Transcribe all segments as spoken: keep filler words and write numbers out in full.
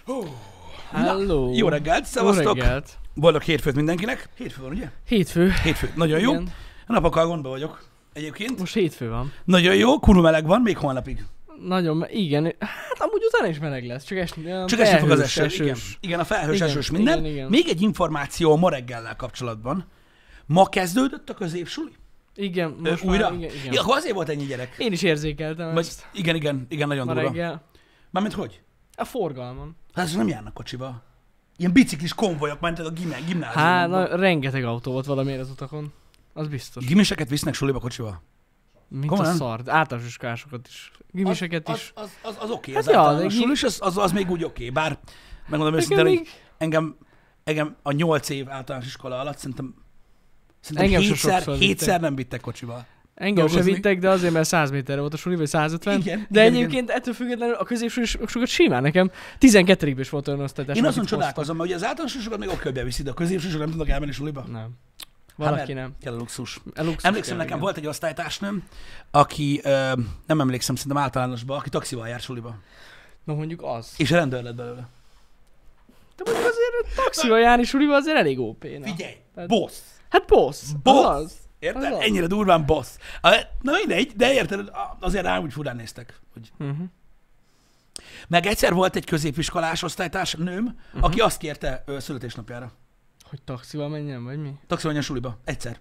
Oh. Hello. Jó reggelt, szevasztok! Jó reggelt. Boldog hétfőt mindenkinek. Hétfő van, ugye? Hétfő. Hétfő. Nagyon jó. Igen. A napokkal gondba vagyok egyébként. Most hétfő van. Nagyon jó, kurva meleg van, még holnapig. Nagyon, me- igen. Hát amúgy utána is meleg lesz, csak esni. Csak esni fog az eső. esős. Igen. igen, a felhős Igen, esős minden. igen, igen. Még egy információ a ma reggellel kapcsolatban. Ma kezdődött a középsuli? Igen, Ö, most újra? már, igen, igen. Ja, akkor azért volt ennyi gyerek. Én is érzékeltem Vagy, ezt igen, igen, igen, nagyon ma durva. reggel. Mármint hogy? A forgalmon. Hát azok nem járnak kocsiba. Ilyen biciklis konvojok mentek a gimná- Hát, gimnáziumban. na, rengeteg autó volt valamiért az utakon. Az biztos. Gimiseket visznek suliba kocsival? Mint komolyan? a szar. Általános iskolásokat is. Gimiseket az, is. Az, az, az, az oké, Hát az ja, általános de- sulis, az, az, az még úgy oké. Bár megmondom Nekem őszintén, hogy még... engem, engem a nyolc év általános iskola alatt szerintem, szerintem Engem se hétszer, sokszor hétszer vittek. nem vittek kocsival. Engem se dolgozni. vittek, de azért, mert száz méterre volt a suli, vagy száz ötven. Igen, de igen, egyébként ettől függetlenül a középsősokat simán nekem tizenkettőben is volt olyan osztálytárs. Én azon csodálkozom, mert ugye az általánosokat még oké beviszi, de a középsősök nem tudnak elmenni suliba. Nem. Hát Valaki mert nem. Kell a luxus. A luxus Emlékszem, kell, nekem igen. volt egy osztálytársnőm, aki, ö, nem emlékszem, szerintem általánosban, aki taxival jár suliba. Na mondjuk az. És rendőr lett belőle. De mondjuk azért a taxival járni suliba azért elég ó pé. Na. Figyelj, Tehát- boss! Hát boss. Boss! Az az. Érted? Az az. Ennyire durván boss. A- Na mindegy, de érted, azért rám úgy furán néztek. Hogy... Uh-huh. Meg egyszer volt egy középiskolás osztálytárs nőm, uh-huh. aki azt kérte ö, születésnapjára. Hogy taxival menjen, vagy mi? Taxival menjen suliba. Egyszer.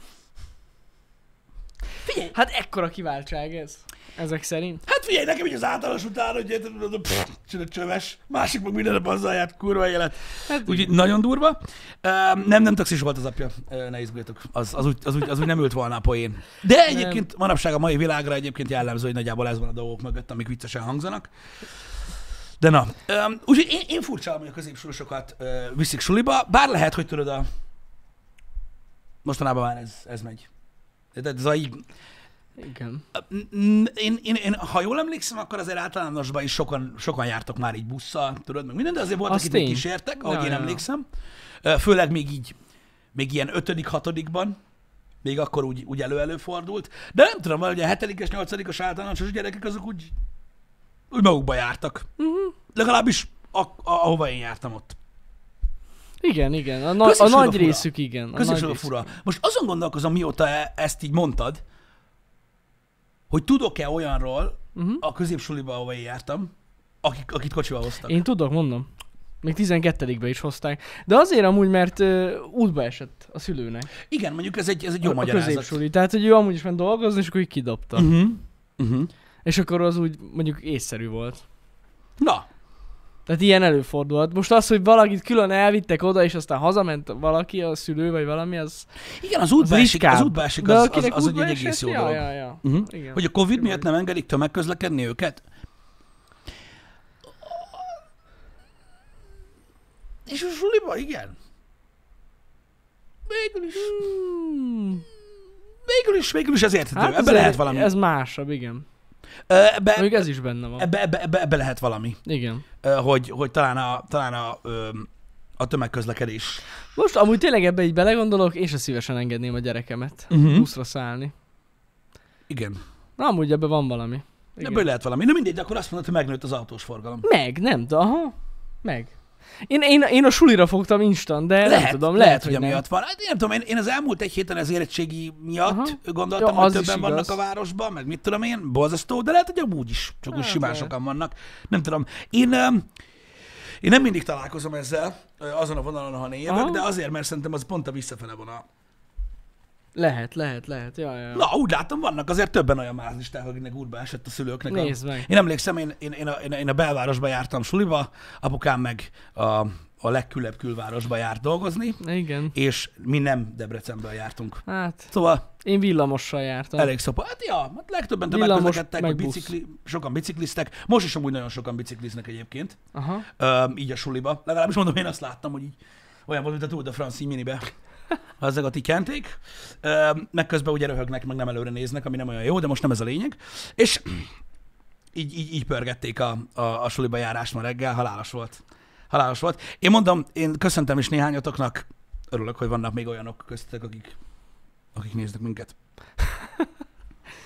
Figyelj! Hát ekkora kiváltság ez. Ezek szerint. Hát figyelj, nekem így az általános után, hogy érted, mondom, pff, csinál csöves. Másik meg minden nap azzal járt, kurva élet. Hát Úgyhogy nagyon durva. Uh, nem, nem taxis volt az apja, uh, ne izguljatok. Az, az, úgy, az, úgy, az úgy nem ült volna a poén. De egyébként manapság a mai világra egyébként jellemző, hogy nagyjából ez van a dolgok mögött, amik viccesen hangzanak. De na, um, úgyhogy én, én furcsálom, hogy a középsulusokat uh, viszik suliba, bár lehet, hogy tudod a... Mostanában már ez, ez megy. Tehát ez a így... Igen. Én, én, én, ha jól emlékszem, akkor azért általánosban is sokan, sokan jártak már így busszal, tudod, meg minden, de azért voltak, Az akik még tény. kísértek, ahogy Ja, én ja. emlékszem. Ö, Főleg még így, még ilyen ötödik, hatodikban, még akkor úgy, úgy elő-elő fordult. De nem tudom, hogy a hetedikes, nyolcadikos általánosos gyerekek azok úgy, úgy magukba jártak. Uh-huh. Legalábbis a, a, ahova én jártam ott. Igen, igen. A, na- a Középsőben nagy fura. részük igen. A nagy Középsőben részük. fura. Most azon gondolkozom, mióta e- ezt így mondtad, hogy tudok-e olyanról Uh-huh. a középsuliba, ahova én jártam, akik, akit kocsival hoztak. Én tudok, mondom. Még tizenkettedikbe is hozták. De azért amúgy, mert uh, útba esett a szülőnek. Igen, mondjuk ez egy, ez egy jó a, a magyarázat. középsuli. Tehát, hogy ő amúgy is ment dolgozni, és akkor így kidobta. Uh-huh. Uh-huh. Uh-huh. És akkor az úgy mondjuk észszerű volt. Na, Tehát ilyen előfordulhat. Most az, hogy valakit külön elvittek oda, és aztán hazament valaki, a szülő, vagy valami, az, igen, az az útba esik, ritkább. az, útba esik, De az, az, akinek az egy útba egész esett, jó ja, dolog. Ja, ja. Uh-huh. Igen. Hogy a Covid Igen. miatt nem engedik tömegközlekedni őket? És a suliba, igen. Végül is. Hmm. Végül is, végül is ez érthető. Hát Ebbe azért lehet valami. Ez másabb, igen. Ö, Ebbe, Még ez is benne van. ebbe, ebbe, ebbe, ebbe lehet valami. Igen. Ö, Hogy, hogy talán a, talán a, ö, a tömegközlekedés. Most amúgy tényleg ebbe így belegondolok, én sem szívesen engedném a gyerekemet Uh-huh. buszra szállni. Igen. Na, amúgy ebbe van valami. Igen. Ebből lehet valami. Na mindegy, de akkor azt mondod, hogy megnőtt az autós forgalom. Meg, nem, de aha, meg. Én, én, én a sulira fogtam instant, de Lehet, nem tudom, lehet, lehet, hogy hogy nem. amiatt van. Hát én nem tudom, én, én az elmúlt egy héten az érettségi miatt Aha. gondoltam, Ja, hogy az is többen vannak igaz. a városban, meg mit tudom én, borzasztó, de lehet, hogy amúgy is, csak úgy Hát, simán lehet. sokan vannak. Nem tudom. Én, öm, én nem mindig találkozom ezzel, ö, azon a vonalon, ha én jövök, Aha. de azért, mert szerintem az pont a visszafele vonal. Lehet, lehet, lehet. Ja, ja. Na, úgy látom, vannak azért többen olyan mázlisták, akiknek útba esett a szülőknek. A... Nézd meg. Én emlékszem, én, én, én, a, én, a, én a belvárosba jártam suliba, apukám meg a, a legkülebb külvárosba járt dolgozni, Igen. és mi nem Debrecenből jártunk. Hát, Szóval én villamossal jártam. elég szopa. Hát ja, hát legtöbben Villamos, tömegközlekedtek, meg meg busz. bicikli, sokan bicikliztek. Most is amúgy nagyon sokan bicikliznek egyébként, Aha. Ö, így a suliba. Legalábbis mondom, én azt láttam, hogy így olyan volt, mint a Tour de France így minibe. Azokat így kenték. Ö, meg közben ugye röhögnek, meg nem előre néznek, ami nem olyan jó, de most nem ez a lényeg. És így, így, így pörgették a, a, a suliba járást ma reggel, halálos volt. Halálos volt. Én mondom, én köszöntem is néhányatoknak, örülök, hogy vannak még olyanok köztetek, akik, akik néznek minket.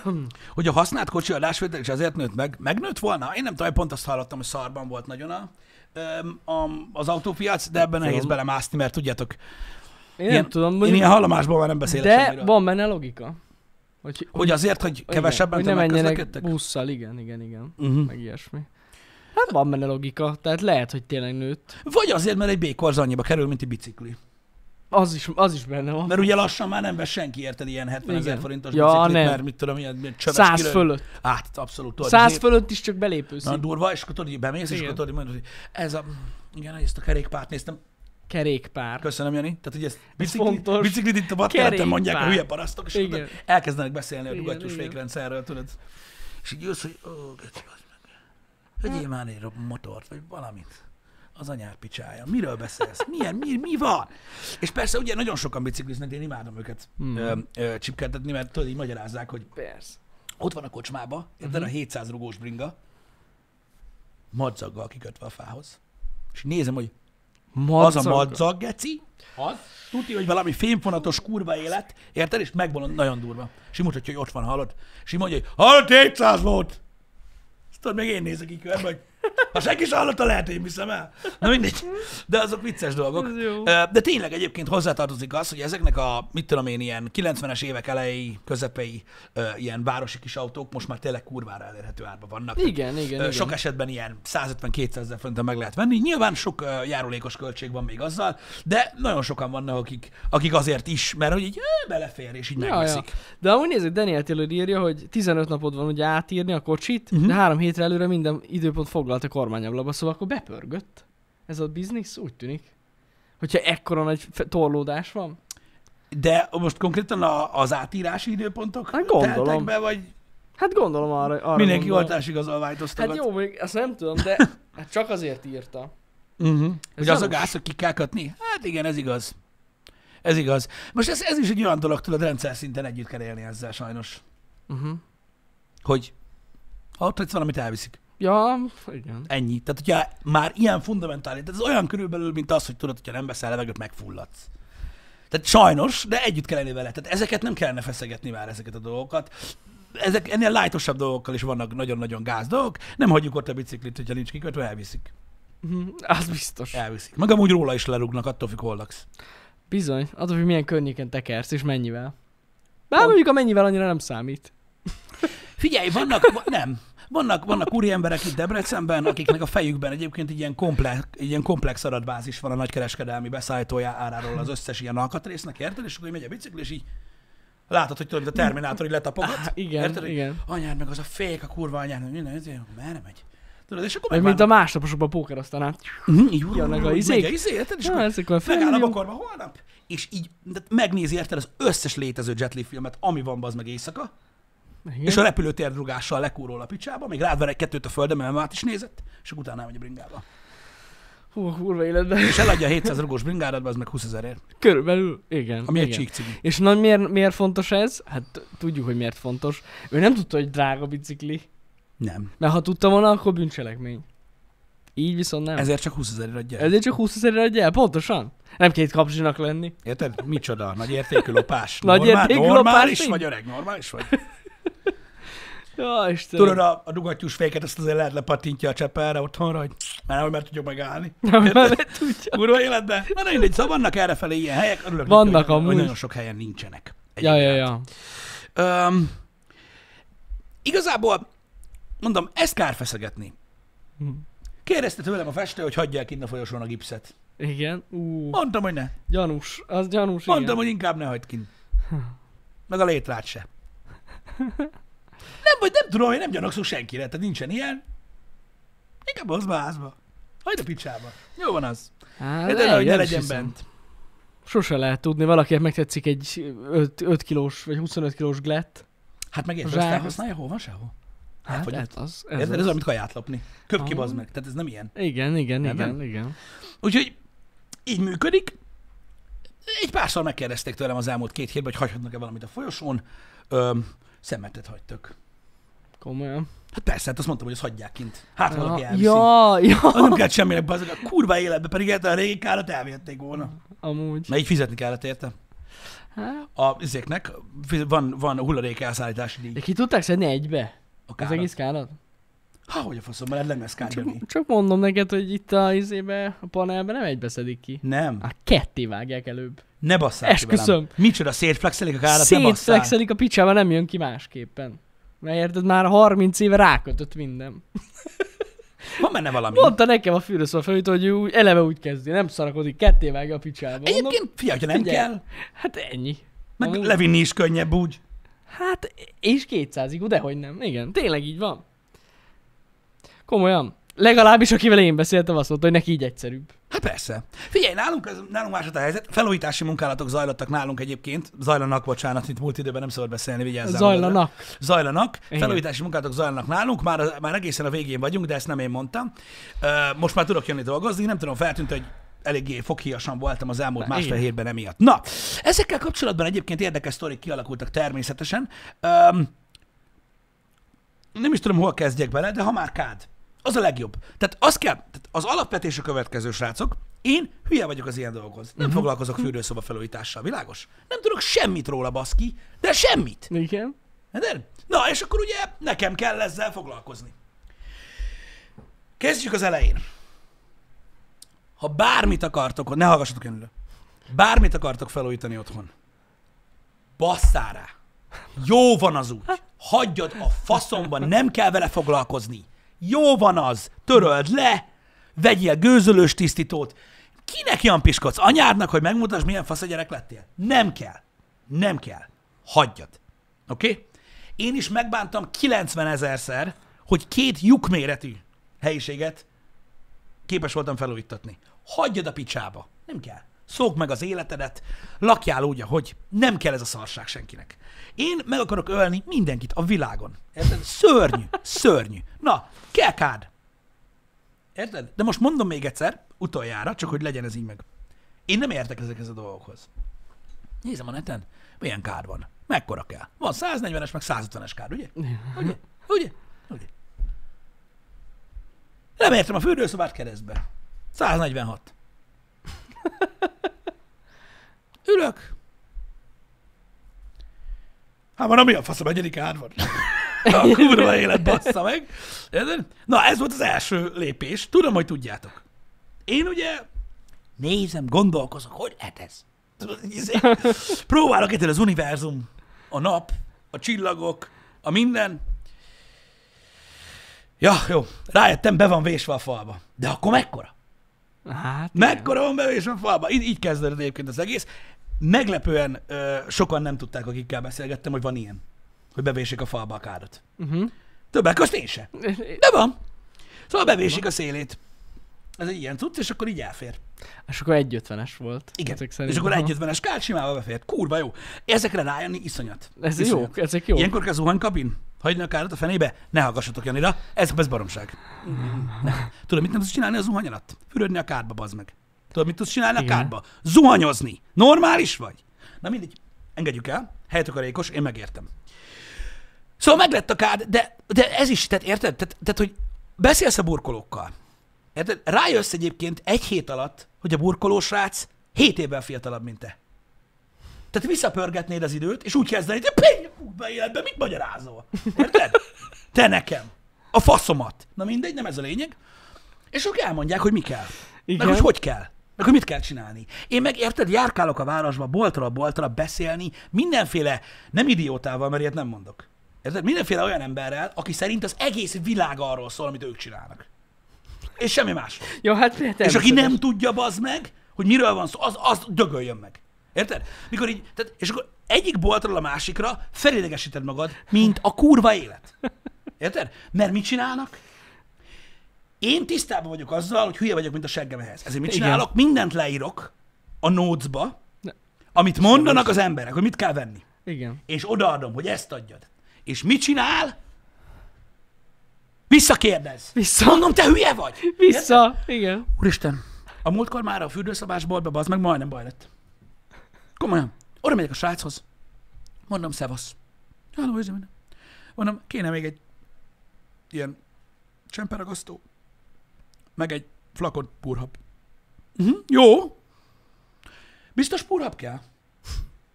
hogy a használt kocsi adásvétel is azért nőtt meg. Megnőtt volna? Én nem tudom, pont azt hallottam, hogy szarban volt nagyon a, a, az autópiac, de ebben nehéz belemászni, mert tudjátok, Én ilyen, nem tudom, én ilyen hallomásból már nem beszélek de semmiről. van benne logika. Hogy, Hogy azért, hogy kevesebben igen, hogy ne menjenek tömegközlekedtek? busszal, igen, igen, igen. Uh-huh. Meg ilyesmi. Hát van benne logika, tehát lehet, hogy tényleg nőtt. Vagy azért, mert egy B-korz annyiba kerül, mint egy bicikli. Az is, az is benne van. Mert ugye lassan már nem vesz senki, érted, ilyen hetvenezer Igen. forintos Ja, biciklit, nem. mert mit tudom, ilyen ilyen csöves Száz kilő. fölött. Át, abszolút. tudod, Száz azért- fölött is csak belépő Na, szint. durva, és akkor tudod, hogy bemész, és Igen. akkor tudod, hogy mondod, hogy ez a... Igen, ezt a kerékpárt néztem. Kerékpár. Köszönöm, Jani. Tehát, hogy ezt Ez bicikli, fontos. biciklit itt a vadkereten Kerékpár. mondják a hülye parasztok, és akkor Igen. tudod, elkezdenek beszélni a Igen, dugattyús igen. fékrendszerről, tudod. És így jössz, hogy ó, geci, az meg. Vegyél már egy motort, vagy valamit. Az anyár picsája. Miről beszélsz? Milyen, mi, mi van? És persze ugye nagyon sokan bicikliznek, én imádom őket Hmm. ö, ö, csipkeltetni, mert tudod, így magyarázzák, hogy Persze. ott van a kocsmába, érted, a hétszáz rugós bringa, madzaggal kikötve a fához. És nézem, hogy az a madzag, geci, az, tudja, hogy valami fémfonatos kurva élet, érted? És megvan nagyon durva. És így mutatja, hogy ott van, hallod? És így mondja, hogy hallott, hétszáz volt! Azt tudod, meg én nézek így körbe, hogy ha senki sem hallotta, lehet, én viszem el. Na mindegy. De azok vicces dolgok. Ez jó. De tényleg egyébként hozzátartozik az, hogy ezeknek a, mit tudom én, ilyen kilencvenes évek elejé, közepei ilyen városi kis autók most már tényleg kurvára elérhető árban vannak. Igen, igen, Ö, igen. Sok esetben ilyen százötven-kétszázezer forintra meg lehet venni. Nyilván sok uh, járulékos költség van még azzal, de nagyon sokan vannak, akik, akik azért is, mert hogy így ö, belefér, és így Ja, megveszik. ja. De amúgy nézzük, Daniel Taylor írja, hogy tizenöt napod van ugye átírni a kocsit, Mhm. uh-huh. de három hétre előre minden időpont foglalt a kormányablakba, szóval akkor bepörgött. Ez a biznisz úgy tűnik. Hogyha ekkora nagy fe- torlódás van. De most konkrétan a, az átírási időpontok Hát gondolom. teltek be, vagy Hát gondolom arra, arra mindenki gondolom. oltásigazol változtagat? Hát jó, még azt nem tudom, de hát csak azért írta. Uh-huh. Hogy Ez az a nem- gáz, hogy ki kell kötni? Hát igen, ez igaz. Ez igaz. Most ez, ez is egy olyan dolog, tudod, rendszer szinten együtt kell élni ezzel sajnos. Uh-huh. Hogy ha ott hagysz valamit, elviszik. Ja, igen. Ennyi. Tehát, hogyha már ilyen fundamentális, tehát ez olyan körülbelül, mint az, hogy tudod, hogyha nem veszel levegőt, megfulladsz. Tehát sajnos, de együtt kell lenni vele. Tehát ezeket nem kellene feszegetni már, ezeket a dolgokat. Ezek ennél lájtosabb dolgokkal is vannak nagyon-nagyon gáz dolgok. Nem hagyjuk ott a biciklit, hogyha nincs kikötve, elviszik. Uh-huh. Az biztos. Elviszik. Meg amúgy róla is lerúgnak, attól függ, hol laksz. Bizony. Attól, hogy milyen környéken tekersz, és mennyivel. Bár mondjuk a mennyivel annyira nem számít. Figyelj, vannak, va- nem. Vannak, vannak úri emberek itt Debrecenben, akiknek a fejükben egyébként egy ilyen komplex, egy ilyen komplex adatbázis van a nagykereskedelmi beszállítója áráról az összes ilyen alkatrésznek, érted? És akkor így megy a bicikli, és így látod, hogy tudod, mint a Terminátor így letapogat. Ah, igen, érted? Hogy igen. Anyád, meg az a fék, a kurva anyád, meg minden, ezért, merre megy? Tudod, és akkor Vagy mint a másnaposokban a póker aztán át. Uh-huh, így jönnek a megy izék. a izé, érted? És Ja, akkor ezek a megáll a felhívjuk. bokorba holnap, és így de megnézi, érted, az összes létező Jet Li filmet, ami van, az meg éjszaka, Igen. és a repülőtérdrugással lekúrol a picsába, még rád ver egy kettőt a földön, mert át is nézett, és akkor utána megy a bringába. Hú, a kurva életben. És eladja a hétszáz rugós bringádat, az meg húszezerért. Körülbelül, igen. Ami egy igen. csík cigi. És na, miért, miért fontos ez? Hát t- tudjuk, hogy miért fontos. Ő nem tudta, hogy drága bicikli. Nem. Mert ha tudta volna, akkor bűncselekmény. Így viszont nem. Ezért csak húszezerért adja. Ezért csak húszezerre adja el, pontosan. Nem két kapzsinak lenni. Érted? Micsoda? Nagy értékű lopás. Nagy Normál, értékű normális lopás, vagy öreg? Normális vagy? Ja, Istenem. Tudod, a, a dugattyús féket azt azért lehet lepattintja a cseppelre otthonra, hogy már nem, mert tudjuk megállni. Nem, nem tudja. Kurva életben. Na, na mindegy, szóval vannak errefelé ilyen helyek. Örülök, Vannak neki, hogy, amúgy. hogy nagyon sok helyen nincsenek. Ja, ja, ja. Um, igazából, mondom, ezt kár feszegetni. Hm. Kérdezte tőlem a festő, hogy hagyja el kint a folyosón a gipszet. Igen. Ú, Mondtam, hogy ne. gyanús. Az gyanús, Mondtam, igen. hogy inkább ne hagyd kint. Meg a létrát se. Nem, vagy nem tudom, hogy nem gyanakszok senkire, tehát nincsen ilyen. Inkább hozd be a házba. Hagyd a picsába. Jó van az. Hát, De hogy ne nem legyen hiszem. bent. Sose lehet tudni, valakinek megtetszik egy öt kilós vagy huszonöt kilós glett. Hát meg érted, Zsák. azt elhasználja hol van sehol. Hát Elfogyott. ez az. Ez Érted, ez az. olyan, mint kaját lopni. Köp ki, Ah. bazd meg. Tehát ez nem ilyen. Igen, igen, Nem, igen, nem? igen. Úgyhogy így működik. Egy párszor megkérdezték tőlem az elmúlt két hétben, hogy hagyhatnak-e valamit a folyosón. Öm, szemetet hagytak. Komolyan. Hát persze, hát azt mondtam, hogy azt hagyják kint. Hát valaki Ja, elviszi. ja, ja. Az nem kellett semminek, bazd meg. A kurva életbe pedig érte a régi kárat elvihették volna. Amúgy. Mert így fizetni kellett érte. Hát, a izéknek, van, van hulladék elszállítási díj. de ki tudták szedni egybe? A Az kárat. egész kárat? Há, hogy a faszom, mert lemezkártya. Csak, csak mondom neked, hogy itt a izébe, a panelben nem egybe szedik ki. Nem. Hát ketté vágják előbb. Ne basszál ki velem. Esküszöm. Micsoda, szétflexelik a kárat, ne basszál. Szétflexelik a picsába, nem jön ki másképpen. Mert érted, már harminc éve rákötött minden. Van benne valami. Mondta nekem a fűrőszóval felült, hogy ő úgy, eleve úgy kezdi, nem szarakodik, ketté vágja a picsába. Mondom, Egyébként, figyelj, hogyha nem figyelj. kell, hát ennyi. meg Amúgy- levinni is könnyebb úgy. Hát, és kétszázig, dehogy nem. Igen, tényleg így van. Komolyan. Legalábbis akivel én beszéltem, azt mondta, hogy neki így egyszerűbb. Hát persze. Figyelj, nálunk, ez, nálunk más a helyzet. Felújítási munkálatok zajlottak nálunk egyébként. Zajlanak, bocsánat, itt múlt időben nem szabad beszélni, vigyázzál. Zajlanak. magadra. Zajlanak. Igen. Felújítási munkálatok zajlanak nálunk. Már, a- már egészen a végén vagyunk, de ezt nem én mondtam. Ö, Most már tudok jönni dolgozni. Nem tudom, feltűnt, hogy eléggé foghíjasan voltam az elmúlt Na, másfél igen. hétben emiatt. Na, ezekkel kapcsolatban egyébként érdekes sztorik kialakultak természetesen. Öm, nem is tudom, hol kezdjek bele, de ha már kád, az a legjobb. Tehát az kell, tehát az alapvetés a következő, srácok. Én hülye vagyok az ilyen dolgokhoz. Nem uh-huh. foglalkozok fürdőszoba felújítással, világos? Nem tudok semmit róla, baszki, de semmit. Igen. De? Na, és akkor ugye nekem kell ezzel foglalkozni. Kezdjük az elején. Ha bármit akartok, ne hallgassatok ennyire. Bármit akartok felújítani otthon, basszál rá. Jó van az úgy. Hagyjad a faszomban, nem kell vele foglalkozni. Jó van az. Töröld le, vegyél gőzölős tisztítót. Kinek ilyen piskoc? Anyádnak, hogy megmutasd, milyen fasz a gyerek lettél? Nem kell. Nem kell. Hagyjad. Oké? Okay? Én is megbántam kilencvenezerszer, hogy két lyukméretű helyiséget képes voltam felújítatni. Hagyjad a picsába. Nem kell. Szokd meg az életedet, lakjál úgy, ahogy. Nem kell ez a szarság senkinek. Én meg akarok ölni mindenkit a világon. Érted? Szörnyű. Szörnyű. Na, kell kád. Érted? De most mondom még egyszer, utoljára, csak hogy legyen ez így meg. Én nem értek ezekhez a dolgokhoz. Nézem a neten, milyen kád van. Mekkora kell. Van száznegyvenes, meg százötvenes kád, ugye? Ugye? Ugye? Ugye? Nem értem a fürdőszobát keresztbe. száznegyvenhat. Ülök. Hát van, ami a faszom, egyedik kád van. A kurva élet bassza meg. Érted? Na, ez volt az első lépés. Tudom, hogy tudjátok. Én ugye nézem, gondolkozok, hogy lehet ez. Tudod, izé, próbálok itt az univerzum, a nap, a csillagok, a minden. Ja, jó. Rájöttem, be van vésve a falba. De akkor mekkora? Hát, igen. Mekkora van bevésve a falba? Így, így kezdődött egyébként az egész. Meglepően ö, sokan nem tudták, akikkel beszélgettem, hogy van ilyen. Hogy bevésik a falba a kádat. Uh-huh. Többek közt én se. De van. Szóval bevésik a szélét. Ez egy ilyen cucc, és akkor így elfér. És akkor egy ötvenes volt. Igen. Ezek És szerint. akkor Aha. egy ötvenes kád simával befért. Kurva jó. Ezekre rájönni iszonyat. Ez Iszonyat. jó, ezek jó. Ilyenkor kell zuhanykabin? Hagyni a kádat a fenébe? Ne hallgassatok Janira. Ez, ez baromság. Ne. Tudod, mit nem tudsz csinálni a zuhany alatt? Fürödni a kádba, bazd meg. Tudod, mit tudsz csinálni Igen. a kádba? Zuhanyozni. Normális vagy? Na mindegy. Engedjük el. Helytakarékos, én megértem. Szóval meglett a kád, de, de ez is, tehát érted? Tehát, tehát, hogy beszélsz a burkolókkal. Érted? Rájössz egyébként egy hét alatt, hogy a burkoló srác hét évvel fiatalabb, mint te. Tehát visszapörgetnéd az időt, és úgy kezdenéd, hogy pénj, be életben, mit magyarázol? Érted? Te nekem. A faszomat. Na mindegy, nem ez a lényeg. És ők elmondják, hogy mi kell. Igen. Meg hogy hogy kell. Meg hogy mit kell csinálni. Én meg érted, járkálok a városba, boltról boltra beszélni, mindenféle, nem idiótával, mert ilyet nem mondok. Érted? Mindenféle olyan emberrel, aki szerint az egész világ arról szól, amit ők csinálnak. És semmi más. Jó, hát És aki nem tudja, bazd meg, hogy miről van szó, az, az dögöljön meg. Érted? Mikor így, tehát, és akkor egyik boltról a másikra felidegesíted magad, mint a kurva élet. Érted? Mert mit csinálnak? Én tisztában vagyok azzal, hogy hülye vagyok, mint a seggem ehhez. Ezért mit Igen. csinálok? Mindent leírok a notesba, Ne. amit mondanak az emberek, hogy mit kell venni. Igen. És odaadom, hogy ezt adjad. És mit csinál? Visszakérdez. Vissza. Mondom, te hülye vagy. Érted? Vissza. Igen. Úristen, a múltkor már a fürdőszobásboltba, bazd meg, majdnem baj lett. Komolyan. Oda megyek a sráchoz. Mondom, szevasz. Halló, ez minden. Mondom, kéne még egy ilyen csemperagasztó, meg egy flakon purhab. Uh-huh. Jó. Biztos purhab kell?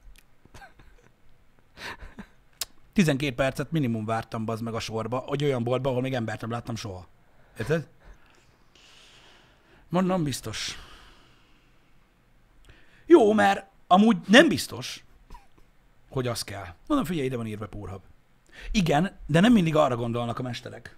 tizenkét percet minimum vártam bazd meg a sorba, hogy olyan boltba, ahol még embert nem láttam soha. Érted? Mondom, biztos. Jó, mert amúgy nem biztos, hogy az kell. Mondom, figyelj, ide van írva Pornhub. Igen, de nem mindig arra gondolnak a mesterek.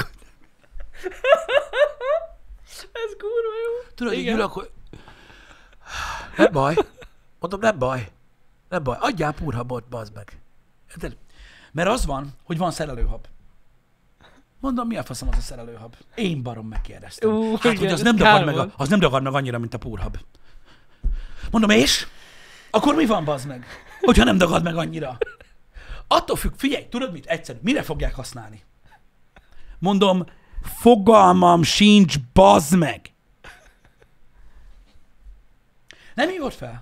Ez kurva jó. Tudod, így Igen. ül, akkor... Nem baj. Mondom, nem baj. Nem baj. Adjál Pornhubot, bazd meg. Érted? Mert az van, hogy van szerelőhab. Mondom, mi a faszom az a szerelőhab? Én barom megkérdeztem. Ú, hát, igen, hogy az ez nem, kár dagad meg, a, volt. az nem dagad meg annyira, mint a Pornhub. Mondom, és? Akkor mi van, bazd meg? Hogyha nem dagad meg annyira. Attól függ, figyelj, tudod mit? Egyszerű, mire fogják használni? Mondom, fogalmam sincs, bazd meg. Nem hívott fel?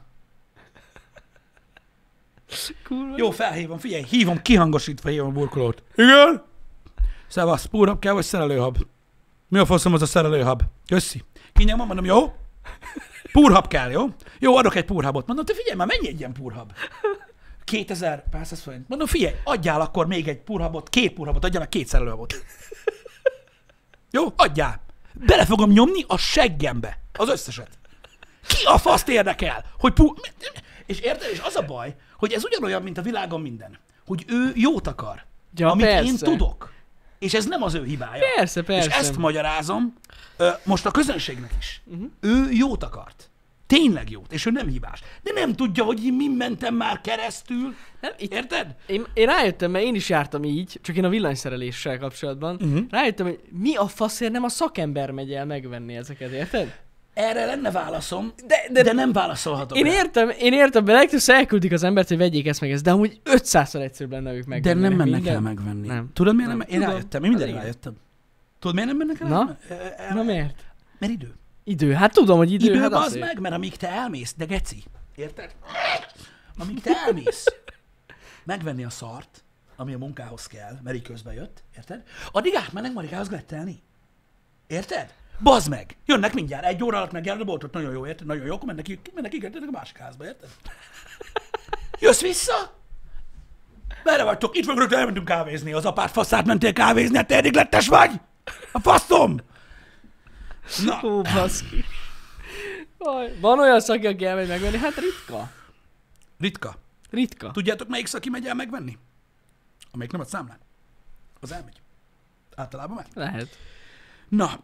Kurva Jó, felhívom, figyelj, hívom, kihangosítva hívom a burkolót. Igen? Szevasz, Pornhub kell, vagy szerelőhab? Mi a faszom az a szerelőhab? Köszi. Kinyomom, mondom, jó? Pornhub kell, jó? Jó, adok egy Pornhubot. Mondom, te figyelj már, mennyi egy ilyen Pornhub? kétezer pár száz forint. Mondom, figyelj, adjál akkor még egy Pornhubot, két Pornhubot, adjál meg két szerelőhabot. Jó, adjál. Bele fogom nyomni a seggembe, az összeset. Ki a faszt érdekel, hogy pu... És érted, és az a baj, hogy ez ugyanolyan, mint a világon minden. Hogy ő jót akar, Ja, amit persze. én tudok. És ez nem az ő hibája. Persze, persze. És ezt magyarázom ö, most a közönségnek is. Mhm. Ő jót akart. Tényleg jót, és ő nem hibás. De nem tudja, hogy én min mentem már keresztül. Nem, itt, Érted? én, én rájöttem, mert én is jártam így, csak én a villanyszereléssel kapcsolatban. Uh-huh. Rájöttem, hogy mi a faszért nem a szakember megy el megvenni ezeket, érted? Erre lenne válaszom, De, de, de nem válaszolhatok Én rá. értem, én értem, de legtöbbször elküldik az embert, hogy vegyék ezt meg ezt, de amúgy ötszázszor egyszerűbb lenne ők De megvenni. nem mennek minden. el megvenni. Nem. Tudod, miért nem? Nem. Én Tudom. rájöttem, én mindenre Az igen. rájöttem. Tudod, miért nem mennek el? Na? el? Na miért? Mert idő. Idő. Hát tudom, hogy idő, Idő, hát az azért. meg, mert amíg te elmész, de geci. Érted? Amíg te elmész megvenni a szart, ami a munkához kell, mert így közben jött, érted? Addig átmennek Marikához glettelni. Érted? Bazd meg! Jönnek mindjárt, egy óra alatt megjárod a boltot, nagyon jó, érted? Nagyon jó, akkor mennek, ki- mennek kikötnek a másik házba, érted? Jössz vissza? Merre vagytok? Itt vagyok, rögtön elmentünk kávézni. Az apád faszát mentél kávézni, hát te eddig lettes vagy? A faszom! Na, Ó, baszki. Aj, van olyan szaki, aki elmegy megvenni? Hát ritka. ritka. Ritka. Tudjátok, melyik szaki megy el megvenni? Amelyik nem ad számlán. Az elmegy. Általában meg. Lehet. Na.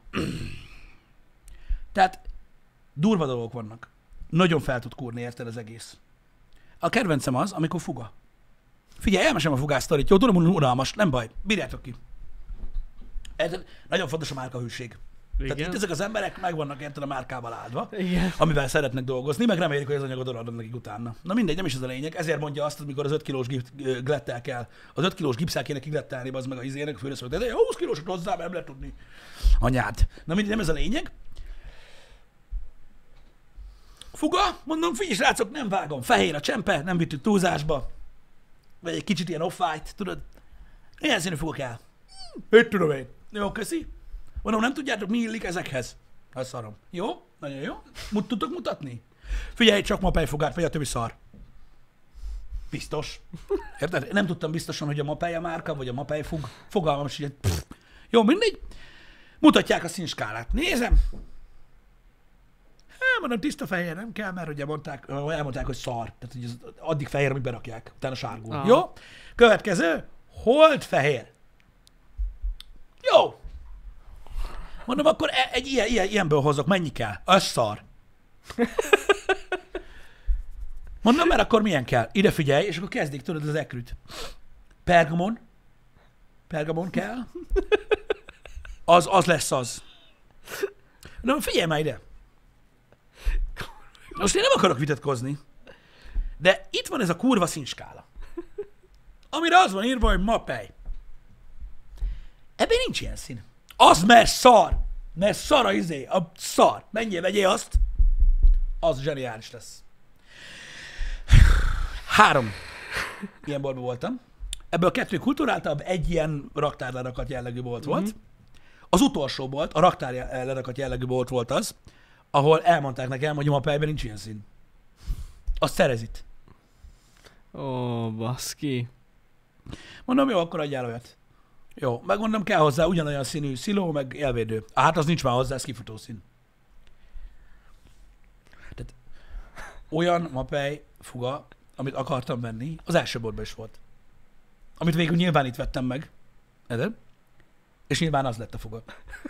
Tehát durva dolgok vannak. Nagyon fel tud kúrni, érted az egész. A kedvencem az, amikor fuga. Figyelj, elmesem a fugásztorit. Jó, tudom, hogy unalmas, nem baj. Bírjátok ki. Érted? Nagyon fontos a márkahűség. Tehát Igen. itt ezek az emberek meg vannak érted a márkával áldva, Igen. amivel szeretnek dolgozni, meg remélik, hogy az anyag odaadnak nekik utána. Na mindegy, nem is ez a lényeg. Ezért mondja azt, amikor az öt kilós gip- glettel kell, az öt kilós gipszel kéne kiglettelni, az meg a izének, a főreszövet, de húsz kilósot hozzá, nem lehet tudni. Anyád. Na mindegy, nem ez a lényeg. Fuga, mondom, figyelj srácok, nem vágom. Fehér a csempe, nem vittük túlzásba. Vagy egy kicsit ilyen off-white, tudod? Milyen színű fuga kell? Mit tudom én? Jó, köszi. Mondom, nem tudjátok, mi illik ezekhez? Az szarom. Jó? Nagyon jó. Mut tudtok mutatni? Figyelj, csak mapejfogát, vagy a többi szar. Biztos. Érted? Nem tudtam biztosan, hogy a mapej a márka, vagy a mapejfug. Fogalmam is ilyen. Pff. Jó, mindegy. Mutatják a színskálát. Nézem. Hát, mondom, tiszta fehér nem kell, mert ugye mondták, elmondták, hogy szar. Tehát, hogy az addig fehér, amit berakják. Utána sárgul. Ah. Jó? Következő. Hold fehér. Jó. Mondom, akkor e- egy ilyen, ilyen, ilyenből hozok, mennyi kell? Az szar. Mondom, mert akkor milyen kell? Ide figyelj, és akkor kezdik, tudod, az ekrüt. Pergamon. Pergamon kell. Az, az lesz az. Mondom, figyelj már ide. Most én nem akarok vitatkozni, de itt van ez a kurva színskála, amire az van írva, hogy mapej. Ebben nincs ilyen szín. Az mert szar. Mert szar a izé, a szar. Menjél, vegyél azt. Az zseniális lesz. Három ilyen boltban voltam. Ebből kettő kulturáltabb, egy ilyen raktárlerakat jellegű bolt volt. Mm-hmm. Az utolsó bolt, a raktárlerakat jellegű bolt volt az, ahol elmondták nekem, hogy a mapejben nincs ilyen szín. Azt szerezit. Ó, baszki. Mondom, jó, akkor adjál olyat. Jó, megmondom, kell hozzá ugyanolyan színű sziló, meg élvédő. Hát az nincs már hozzá, ez kifutó szín. Tehát olyan mapej fuga, amit akartam venni, az első boltban is volt. Amit végül nyilván itt vettem meg. Edem? És nyilván az lett a fuga.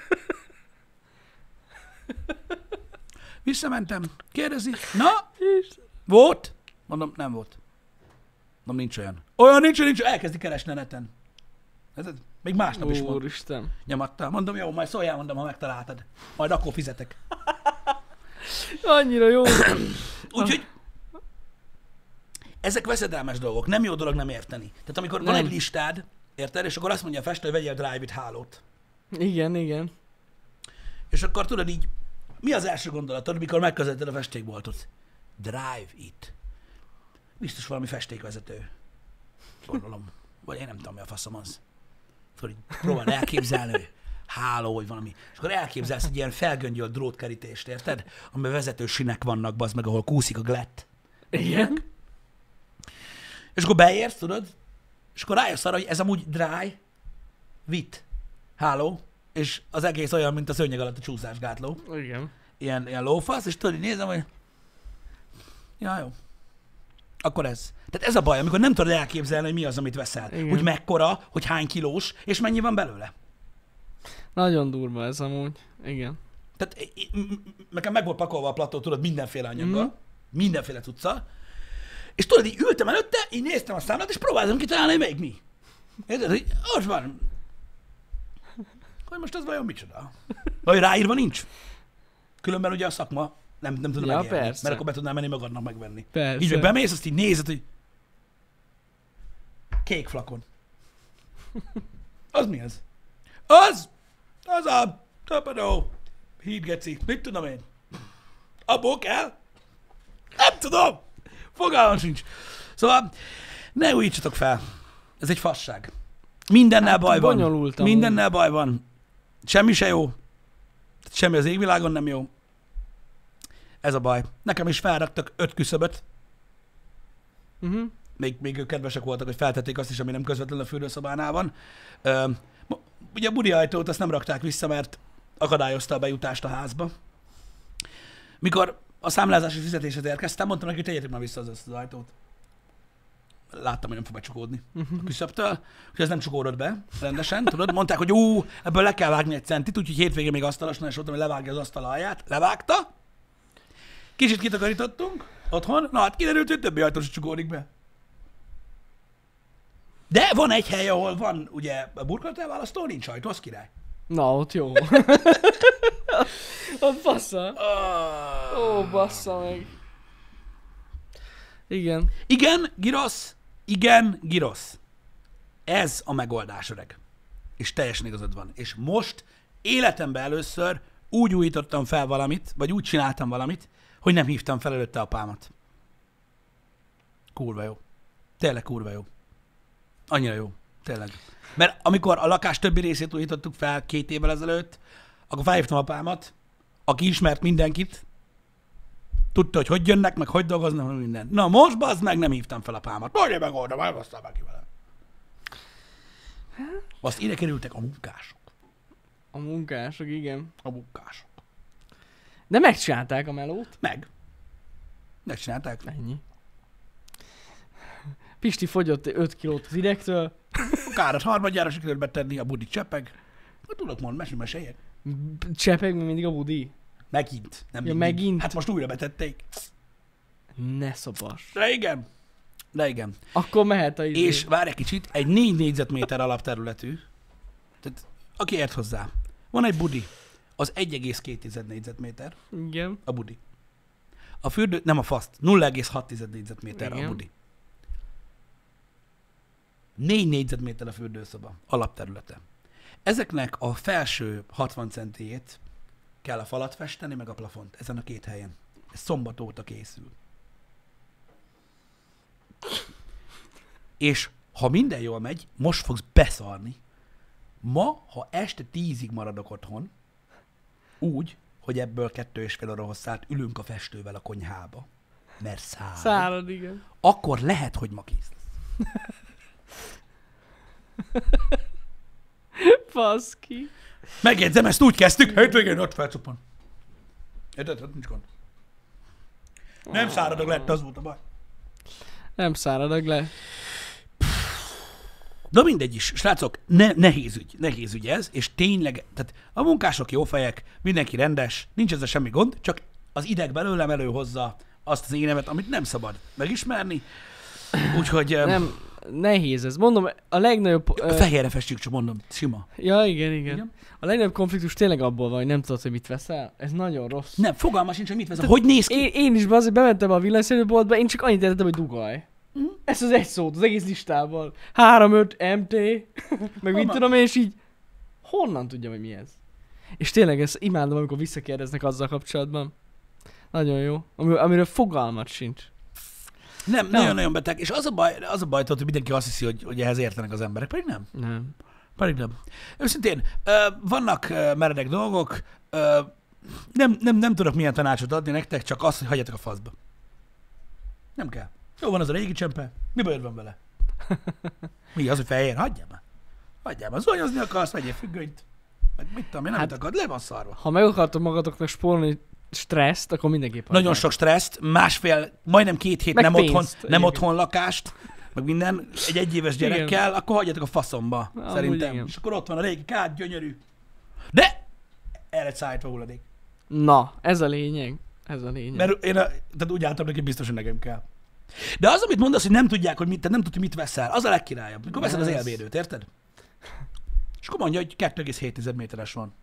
Visszamentem, kérdezi, na, volt? Mondom, nem volt. Mondom, nincs olyan. Olyan nincs, nincs, elkezdi keresni a neten. Ez, még másnap is mond. Úristen. Nyomattam. Mondom, jó, majd szóljál, mondom, ha megtaláltad. Majd akkor fizetek. Annyira jó. Úgyhogy ezek veszedelmes dolgok. Nem jó dolog nem érteni. Tehát amikor nem. van egy listád, érted? És akkor azt mondja a festő, hogy vegyél Drive-It hálót. Igen, igen. És akkor tudod így, mi az első gondolatod, mikor megközelíted a festékboltot? Drive-It. Biztos valami festékvezető. Gondolom. Vagy én nem tudom, mi a faszom az. Tudod, így próbáld elképzelni, háló, vagy valami. És akkor elképzelsz egy ilyen felgöngyölt drótkerítést, érted? Amiben vezető sinek vannak, bazd meg, ahol kúszik a glett. Igen. És akkor beérsz, tudod? És akkor rájössz arra, hogy ez amúgy dry, vit, háló, és az egész olyan, mint a szőnyeg alatt a csúszásgátló. Igen. Ilyen, ilyen lófasz, és tudod, így nézem, hogy ja, jó. Akkor ez. Tehát ez a baj, amikor nem tudod elképzelni, hogy mi az, amit veszel. Igen. Hogy mekkora, hogy hány kilós, és mennyi van belőle. Nagyon durva ez amúgy. Igen. Tehát i- i- m- nekem meg volt pakolva a plató, tudod, mindenféle anyaggal, Mhm. mindenféle cuccal, és tudod, így ültem előtte, így néztem a számlát, és próbáltam kitalálni, hogy még mi. Érted, hogy ott van. Hogy most az vajon micsoda? Vagy ráírva nincs. Különben ugye a szakma nem, nem tudom Ja, megélni, persze. mert akkor be tudnám menni magadnak megvenni. Persze. Így meg bemész, azt így nézed, hogy kék flakon. Az mi az? Az! Az a tapadó, hídgeci, mit tudom én? Abból kell? Nem tudom! Fogalmam sincs. Szóval ne újítsatok fel. Ez egy fasság. Mindennel Hát, baj van. bonyolult amúgy. Mindennel baj van. Semmi se jó. Semmi az égvilágon nem jó. Ez a baj. Nekem is felraktak öt küszöböt. Uh-huh. Még, még ők kedvesek voltak, hogy feltették azt is, ami nem közvetlenül a fürdőszobánál van. Ö, ugye a budi ajtót azt nem rakták vissza, mert akadályozta a bejutást a házba. Mikor a számlázási fizetéshez érkeztem, mondtam neki, hogy tegyetek már vissza az, azt az ajtót. Láttam, hogy nem fog becsukódni Uh-huh. a küszöbtől, hogy ez nem csukódott be rendesen, tudod? Mondták, hogy ú, ebből le kell vágni egy centit, úgyhogy hétvégén még asztalosnál is voltam, hogy levágja az asztal alját. Levágta. Kicsit kitakarítottunk otthon, na hát kiderült, hogy többi ajtó is csukódik be. De van egy hely, ahol van ugye a burkolat elválasztó, nincs ajtó, az király. Na, ott jó. Ott bassza. Ó, bassza meg. Igen. Igen, girosz, igen, girosz. Ez a megoldás, öreg. És teljesen igazad van. És most életemben először úgy újítottam fel valamit, vagy úgy csináltam valamit, hogy nem hívtam fel előtte apámat. Kurva jó. Tényleg kurva jó. Annyira jó. Tényleg. Mert amikor a lakás többi részét újítottuk fel két évvel ezelőtt, akkor felhívtam apámat, aki ismert mindenkit, tudta, hogy hogy jönnek, meg hogy dolgoznak, meg minden. Na most bazd meg, nem hívtam fel apámat. Majd én megoldom, majd aztán meg ki vele. Azt ide kerültek a munkások. A munkások, igen. A munkások. De megcsinálták a melót. Meg. Megcsinálták. Ennyi. Pisti fogyott öt kilót az idegtől. A kárat harmadjára sikerült betenni, a budi csepeg. Hát tudok mondani, mesélj, meséljek. Csepeg még mindig a budi. Megint. Nem Ja, mindig. megint? Hát most újra betették. Ne szopas. De igen. De igen. Akkor mehet a izé. És várj egy kicsit, egy négy négyzetméter alapterületű, tehát aki ért hozzá, van egy budi, az egy egész két négyzetméter, Igen. a budi. A fürdő, nem a faszt, nulla egész hat négyzetméter a Igen. budi. négy négyzetméter a fürdőszoba, alapterülete. Ezeknek a felső hatvan centiét kell a falat festeni, meg a plafont, ezen a két helyen. Ez szombat óta készül. És ha minden jól megy, most fogsz beszarni. Ma, ha este tízig maradok otthon, úgy, hogy ebből kettő és fél óra hosszát ülünk a festővel a konyhába, mert szárad, Szárad, igen. akkor lehet, hogy ma kész lesz. Baszki. Megjegyzem, ezt úgy kezdtük, hétvégén ott felcuppan. Érted? Hát nincs gond. Nem száradok lett, az volt a baj. Nem száradok le. De mindegy is, srácok, ne, nehéz ügy, nehéz ügy ez, és tényleg, tehát a munkások jó fejek, mindenki rendes, nincs ezzel semmi gond, csak az ideg belőlem előhozza azt az énemet, amit nem szabad megismerni, úgyhogy... em, Nem, nehéz ez. Mondom, a legnagyobb... ö, Fehérre festjük, csak mondom, sima. Ja, igen, igen, Igen. A legnagyobb konfliktus tényleg abból van, hogy nem tudod, hogy mit veszel. Ez nagyon rossz. Nem, fogalma sincs, hogy mit veszem. Hogy néz ki? Én, én is be azért bementem a villanyszerűboltba, én csak annyit értettem, hogy dugaj. Mhm. Ez az egy szót, az egész listával. három öt em té, meg mit Honnan? tudom én, és így honnan tudjam, hogy mi ez? És tényleg ezt imádom, amikor visszakérdeznek azzal kapcsolatban. Nagyon jó. Ami, amiről fogalmat sincs. Nem, Nem. nagyon-nagyon beteg. És az a baj, az a baj, tudod, hogy mindenki azt hiszi, hogy, hogy ehhez értenek az emberek, pedig nem. Nem. Pedig nem. Őszintén, ö, vannak ö, meredek dolgok, ö, nem, nem, nem tudok milyen tanácsot adni nektek, csak azt, hogy hagyjatok a faszba. Nem kell. Jó van az a régi csempe, mi bajod van vele? Mi az, hogy fehér? Hagyjál már. Hagyjál már. Zuhanyozni akarsz, vegyél függönyt. Meg mit tudom én, nem Hát- hát, akad, le van szarva. Ha meg akartok magatoknak spórolni stresszt, akkor mindenképp Nagyon hagyják. sok stresszt, másfél, majdnem két hét Meg nem pénzt, otthon, nem egyébként. otthon lakást, meg minden, egy egyéves gyerekkel, akkor hagyjatok a faszomba, Amúgy szerintem. igen. És akkor ott van a régi kád, gyönyörű. De erre szállítva hulladék. Na, ez a lényeg. Ez a lényeg. Mert én a, tehát úgy álltam neki, biztos, hogy nekem kell. De az, amit mondasz, hogy nem tudják, hogy mit, tehát nem tudod, hogy mit veszel, az a legkirályabb. Mikor veszed az Ez- élvédőt, érted? És akkor mondja, hogy kettő egész hét méteres van.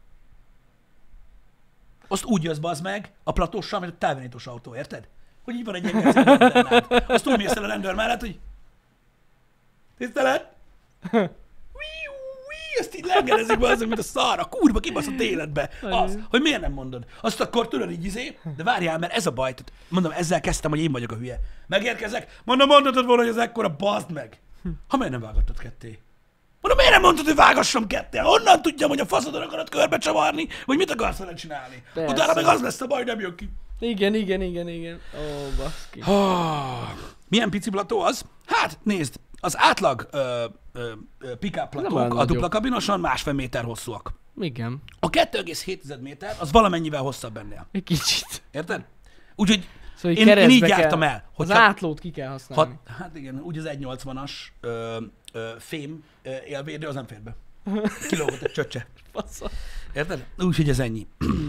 Azt úgy jössz bazd meg a platóssal, mint a távirányítós autó, érted? Hogy így van egy egész rendelnád. Azt úgy mész el a rendőr mellett, hogy tisztelet! Wiu, wiu, azt így lengerezik be azok, mint a szar, a kurva kibaszott életbe. Az, hogy miért nem mondod. Azt akkor tudod így izé, de várjál, mert ez a baj. Tehát, mondom, ezzel kezdtem, hogy én vagyok a hülye. Megérkezek, mondom, mondhatod volna, hogy ez ekkora, bazd meg. Ha miért nem vágattad ketté? Mondom, miért nem mondtad, hogy vágassam ketté? Honnan tudjam, hogy a faszodon akarod körbe csavarni, vagy mit akarsz vele csinálni? Persze. Utána meg az lesz a baj, hogy nem jön ki. Igen, igen, igen, igen. Ó, baszki. Oh, milyen pici plató az? Hát, nézd, az átlag ö, ö, ö, pick-up Nem platók olyan a nagyobb. dupla kabinoson másfél méter hosszúak. Igen. A kettő egész hét méter az valamennyivel hosszabb ennél. Egy kicsit. Érted? Úgyhogy Szóval én, én keresztbe így kell- jártam el. Az Hogyha, átlót ki kell használni. ha, hát igen, úgy az egy nyolcvanas ö, ö, fém ö, élvédő, az nem fér be. Kilógott egy csöccse. Fasza. Érted? Úgyhogy ez ennyi.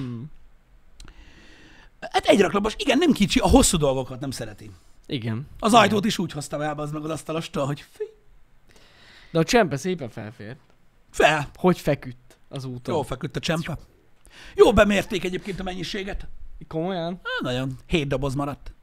Hát egy raklapos, igen, nem kicsi, a hosszú dolgokat nem szereti. Igen. Az ajtót is úgy hoztam el, az meg az asztalostól, hogy fi, De a csempe szépen felfér. fel. Hogy feküdt az úton? Jó feküdt a csempe. Jó bemérték egyébként a mennyiséget. Komolyan? Há, nagyon. Hét doboz maradt.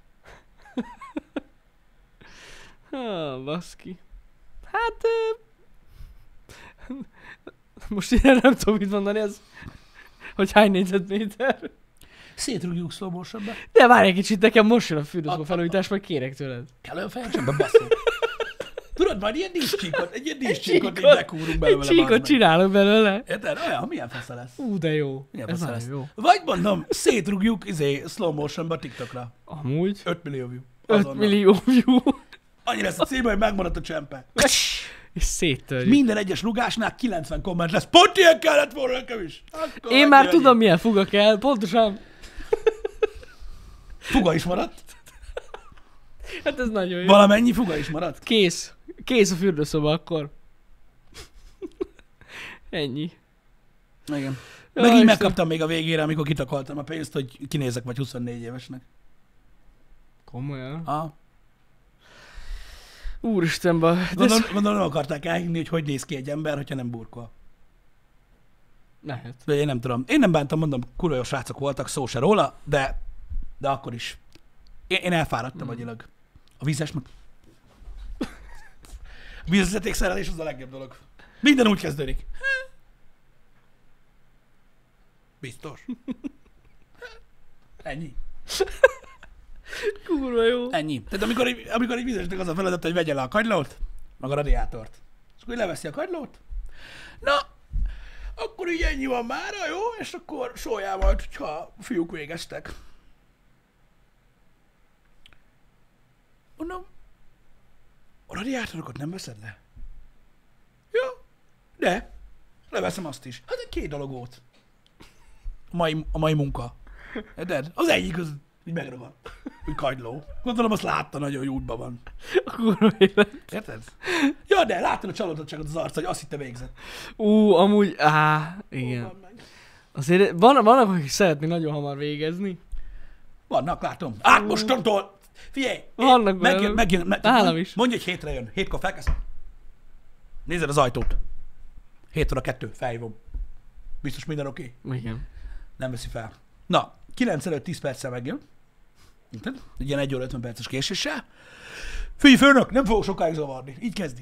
Ha, baszki. Hát... Ö... Most én nem tudom mit mondani, ez... Hogy hány négyzetméter. Szétrúgjuk slow motionba. De várj egy kicsit, nekem most jön a fürdőszobá A- felújítás, majd kérek tőled. Kell olyan fejecsembe, basszol. Tudod, majd ilyen díszcsíkot, egy ilyen díszcsíkot így csíkot- bekúrunk belőle. Egy csíkot bazd meg. csinálok belőle. Érted? Olyan, milyen fasza lesz. Ú, de jó. Milyen Ez fasza nagyon lesz. jó. Vagy mondom, szétrúgjuk izé, slow motionba TikTokra. Amúgy. öt millió view. öt Azonnal. millió view. Annyi lesz a címe, hogy megmaradt a csempe. És széttörjük. Minden egyes rugásnál kilencven komment lesz. Pont ilyen kellett volna nekem is. Akkor Én már ennyi, tudom, ennyi. milyen fuga kell, pontosan. Fuga is maradt. Hát ez nagyon jó. Valamennyi fuga is maradt. Kész. Kész a fürdőszoba akkor. Ennyi. Igen. Jaj, Meg így Isten. megkaptam még a végére, amikor kitakoltam a pénzt, hogy kinézek vagy huszonnégy évesnek. Komolyan. Ah. Úristen, ba. De Gondolom, ez... gondolom, nem akarták elhinni, hogy hogy néz ki egy ember, hogyha nem burkol. Lehet. De én nem tudom. Én nem bántam, mondom, kurva jó srácok voltak, szó se róla, de, de akkor is. Én, én elfáradtam Hmm. agyilag. A vízes meg... A vízvezetékszerelés az a legjobb dolog. Minden úgy kezdődik. Biztos. Ennyi. Kurva jó. Ennyi. Tehát amikor egy, amikor egy vizesnek az a feladat, hogy vegye le a kagylót, meg a radiátort. És akkor így leveszi a kagylót. Na, akkor így ennyi van mára, jó? És akkor sóljál majd, hogyha a fiúk végeztek. Mondom, a radiátorokat nem veszed le? Ja. veszem azt is. Hát egy két dolog volt. A mai, a mai munka. De az egyik az így megragad. Úgy kagyló. Gondolom azt látta nagyon, hogy útban van. A kurva élet. Érted? Ja, de láttad a csalódottságot az arca, hogy azt hitte végzett. Ú, amúgy, á, igen. Van meg. Azért van, vannak, akik szeretnék nagyon hamar végezni. Vannak, látom. Át mostantól! Figyelj! Vannak megjön, velem. megjön, meg, Nálam is. Mondj, hogy hétre jön. Hétkor felkezd. Nézed az ajtót. Hét óra kettő, felhívom. Biztos minden oké? Okay? Igen. Nem veszi fel. Na, kilenc előtt tíz perccel megjön. Érted? Egy ilyen egy óra ötven perces késéssel. Figyelj, főnök, nem fogok sokáig zavarni. Így kezdi.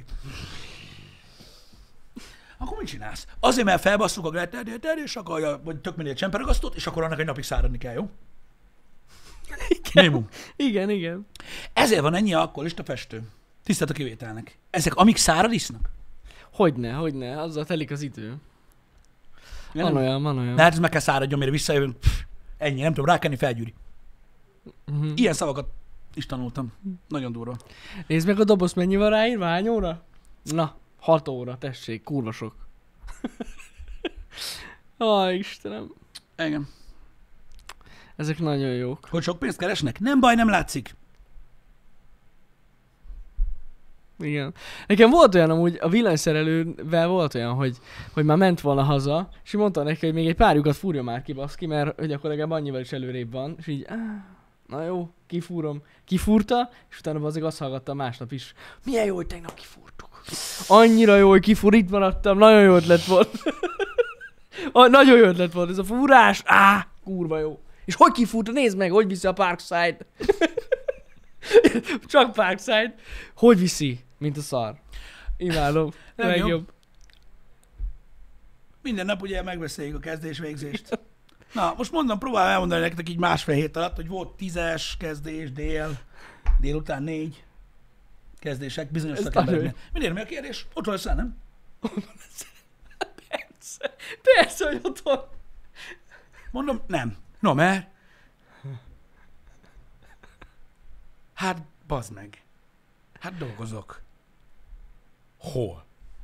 Akkor mit csinálsz? Azért, mert felbasszuk a gretterdet, és akarja, vagy tök mindegy csemperagasztót, és akkor annak egy napig száradni kell, jó? Igen. Minimum. Igen, igen. Ezért van ennyi alkoholista festő. Tisztelt a kivételnek. Ezek amíg szárad isznak. Hogyne, hogyne, azzal telik az idő. Ja, Van nem? olyan, van olyan. De hát ez meg kell száradjon, mire visszajövünk. Pff, ennyi, nem tudom, rákenni, felgyűri. Uh-huh. Ilyen szavakat is tanultam. Nagyon durva. Nézd meg a doboz, mennyi van ráírva, hány óra? Na, hat óra, tessék, kurva sok. Ó, Istenem. Igen. Ezek nagyon jók. Hogy sok pénzt keresnek? Nem baj, nem látszik. Igen. Nekem volt olyan amúgy, a villanyszerelővel volt olyan, hogy, hogy már ment volna haza, és így mondta neki, hogy még egy pár lyukat fúrja már ki, baszki, mert hogy akkor legalább annyival is előrébb van, és így, áh, na jó, kifúrom. Kifúrta, és utána azért azt hallgatta másnap is. Milyen jó, hogy tegnap kifúrtuk. Annyira jó, hogy kifúr, itt maradtam, nagyon jó ötlet volt. Nagyon jó ötlet volt ez a fúrás, áh, kurva jó. És hogy kifúrta, nézd meg, hogy viszi a Parkside. Csak Parkside. Hogy viszi, mint a szar. Imádom. Nem Legjobb. Minden nap ugye megbeszéljük a kezdés-végzést. Na, most mondom, próbálom elmondani nektek így másfél hét alatt, hogy volt tízes kezdés, dél, délután négy kezdések bizonyos Ez szakembereknél. Mindjárt mi a kérdés? Otthon leszel, nem? Persze. Persze, hogy ott van. Mondom, nem. No, mert... Hát, bazd meg. Hát dolgozok. Hol?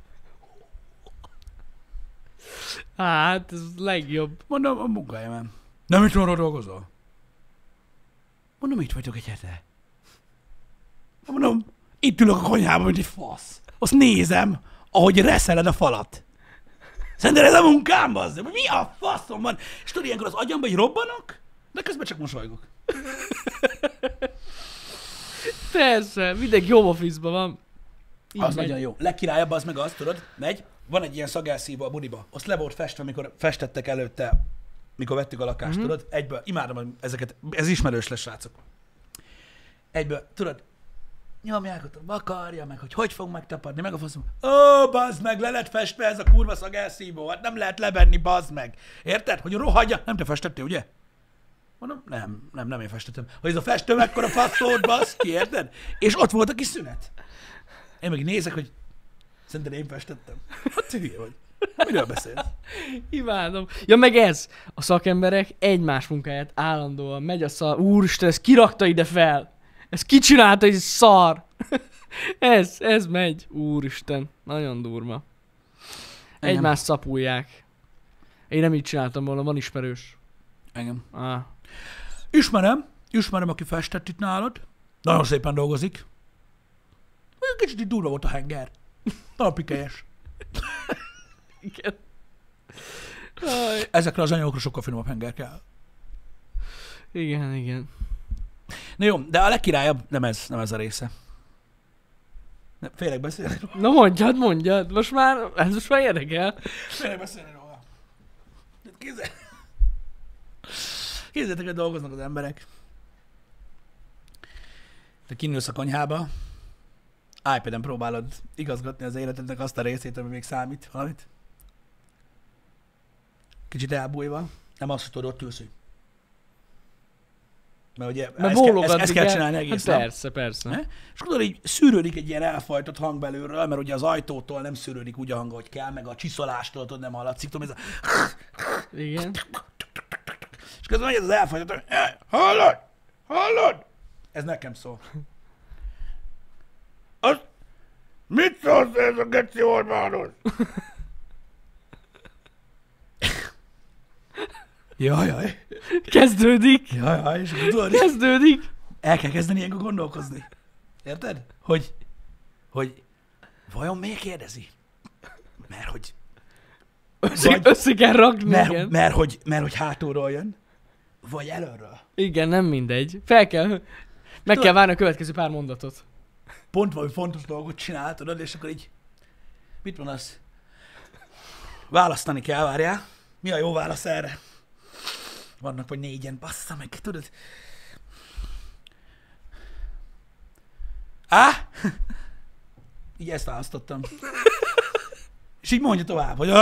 Hát, ez legjobb. Mondom, a munkahelyemen. Nem itthonról dolgozol? Mondom, itt vagyok egy hete. Mondom, itt ülök a konyhában, mint egy fasz. Azt nézem, ahogy reszeled a falat. Szerinted ez a munkám, bazd? Mi a faszom van? És tudod, ilyenkor az agyamba így robbanok, de közben csak mosolygok. Persze, mindenki home office-ban van. Így Az megy. nagyon jó. Legkirályabb az meg az, tudod, megy, van egy ilyen szagelszívó a budiba. Azt le volt festve, amikor festettek előtte, mikor vettük a lakást, Mhm. tudod? Egyből, imádom ezeket, ez ismerős lesz, srácok. Egyből, tudod, nyomják ott a vakarja, meg hogy hogy fog megtapadni, meg a faszom. Ó, bazd meg, le lett festve ez a kurva szagelszívó, hát nem lehet levenni, bazd meg. Érted? Hogy rohadja, nem te festettél, ugye? Mondom, nem, nem, nem én festettem. Hogy ez a festő mekkora faszót, basz ki, érted? És ott volt a kis szünet. Én meg nézek, hogy szerinted én festettem. Hát hülye vagy. Miről beszélsz? Imádom. Ja, meg ez. A szakemberek egymás munkáját állandóan megy a szar. Úristen, ez kirakta ide fel. Ez kicsinálta, ez szar. ez, ez megy. Úristen, nagyon durva. Engem. Egymást szapulják. Én nem így csináltam volna, van ismerős. Engem. Ah. Ismerem, ismerem, aki festett itt nálad. Nagyon szépen dolgozik. Kicsit így durva volt a henger. Nagyon pikelyes. Igen. Aj. Ezekre az anyagokra sokkal finomabb henger kell. Igen, igen. Na jó, de a legkirályabb nem ez, nem ez a része. Ne, félek beszélni róla. Na mondjad, mondjad. Most már, ez most már érdekel. Félek beszélni róla. Kézzel... Képzeljétek, hogy dolgoznak az emberek. Te kinősz a konyhába, iPad-en próbálod igazgatni az életednek azt a részét, ami még számít valamit. Kicsit elbújva. Nem azt, hogy tudod, ott ülsz, hogy... Mert ugye Mert ezt, kell, ezt, bólogatni ezt kell kell. csinálni egész Hát nap. persze, persze. Ne? És tudod, így szűrődik egy ilyen elfajtott hang belülről, mert ugye az ajtótól nem szűrődik úgy a hang, hogy kell, meg a csiszolástól tudod, nem hallatszik, tudom, ez a... Igen. És közben megy ez az elfajtott, hogy "Eh, hallod? Hallod? Ez nekem szól. Az... Mit szólsz ez a geci Orbánhoz? Jaj, jaj. Kezdődik. Jaj, jaj, és akkor tudod, Kezdődik. el kell kezdeni ilyenkor gondolkozni. Érted? Hogy, hogy vajon miért kérdezi? Mert hogy, Össze, Vagy- össze kell rakni, mert, igen. mert, hogy, mert hogy hátulról jön, vagy előről. Igen, nem mindegy. Fel kell, meg Tudod- kell várni a következő pár mondatot. Pont valami fontos dolgot csinál, tudod, és akkor így, mit van az? Választani kell, várjál. Mi a jó válasz erre? Vannak vagy négyen, bassza meg, tudod? Á? Így ezt választottam. És így mondja tovább, hogy...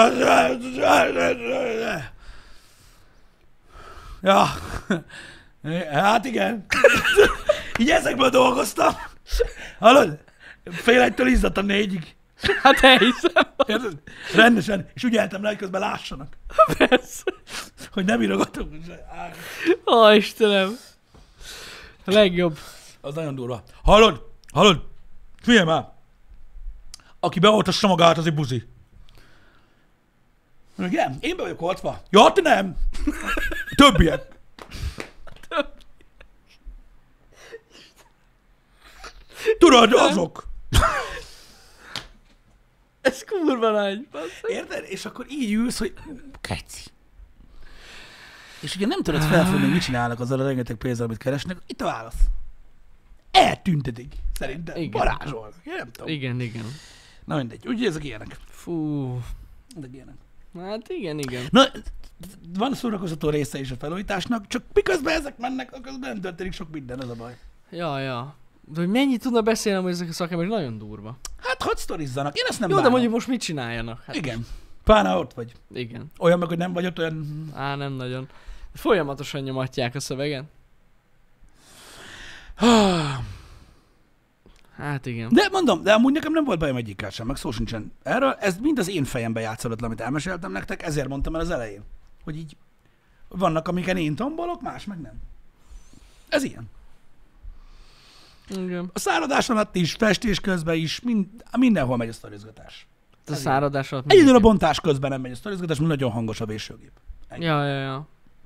Ja, hát igen. Így ezekből dolgoztam. Hallod? Fél egytől izzadtam négyig. Hát elhiszem. Érted? Rendesen. És úgy eltem le, hogy közben lássanak. Persze. Hogy nem írogatok. Á, Ó, Istenem. A legjobb. az nagyon durva. Hallod? Hallod? Figyelj már. Aki beoltassa magát, az egy buzi. Igen, én be vagyok oltva. Ja, te nem. Többiek. Tudod, azok. Ez kurva nagy. bassza. Érted? És akkor így ülsz, hogy keci. És ugye nem tudod felfogni, hogy mit csinálnak azzal a rengeteg pénzzel, amit keresnek. Itt a válasz. Eltüntetik. Szerintem. Igen. Varázsolnak. Én nem tudom. Igen, igen. Na mindegy. Ugye ezek ilyenek. Fú. Ezek ilyenek. Hát igen, igen. Na, van szórakoztató része is a felújításnak, csak miközben ezek mennek, aközben nem történik sok minden, az a baj. Ja, ja. De hogy mennyit tudna beszélni, hogy ezek a szakemberek nagyon durva. Hát hadd sztorizzanak. Én ezt nem Jó, de bánom. mondjuk most mit csináljanak? Hát Igen. Pláne ott vagy. Igen. Olyan meg, hogy nem vagy ott, olyan... Á, nem nagyon. Folyamatosan nyomatják a szövegen. Hát igen. De mondom, de amúgy nekem nem volt bajom egyikkel sem, meg szó sincsen erről. Ez mind az én fejembe játszódott, amit elmeséltem nektek, ezért mondtam el az elején. Hogy így vannak, amiken én tombolok, más meg nem. Ez ilyen. Igen. A száradás alatt is, festés közben is, mind, mindenhol megy a sztorizgatás. A száradás alatt Egyedül a mindenképp. bontás közben nem megy a sztorizgatás, mert nagyon hangos a vésőgép. Ennyi. Ja, ja, ja.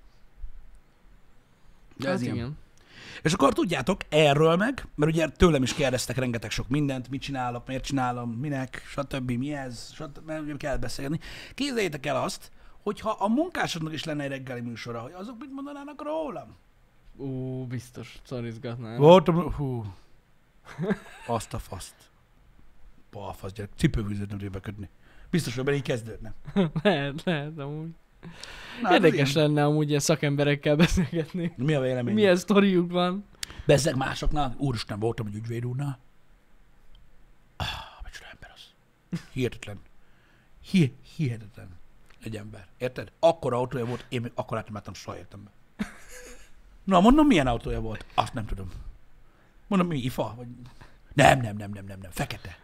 De Hát ez ilyen. igen. És akkor tudjátok, erről meg, mert ugye tőlem is kérdeztek rengeteg sok mindent, mit csinálok, miért csinálom, minek, stb. Mi ez, stb. Mert ugye kell beszélni. Képzeljétek el azt, hogyha a munkásodnak is lenne egy reggeli műsora, hogy azok mit mondanának rólam? Ú, biztos szorizgatnám. Voltam, hú, azt a faszt. Balfasz gyerek, cipővízet nem tudja bekötni. Biztos, hogy bele így kezdődne. lehet, lehet amúgy. Na, Érdekes ez ilyen. lenne amúgy ilyen szakemberekkel beszélgetni. Mi a vélemény? Milyen sztoriuk van. Bezzeg másoknál, úristen, voltam egy ügyvéd úrnál. Ah, micsoda ember az. Hihetetlen. Hi- hihetetlen egy ember. Érted? Akkora autója volt, én még akkor nem láttam soha életemben. Na, mondom, milyen autója volt? Azt nem tudom. Mondom, mi, ifa? Vagy... Nem, nem, nem, nem, nem, nem, fekete.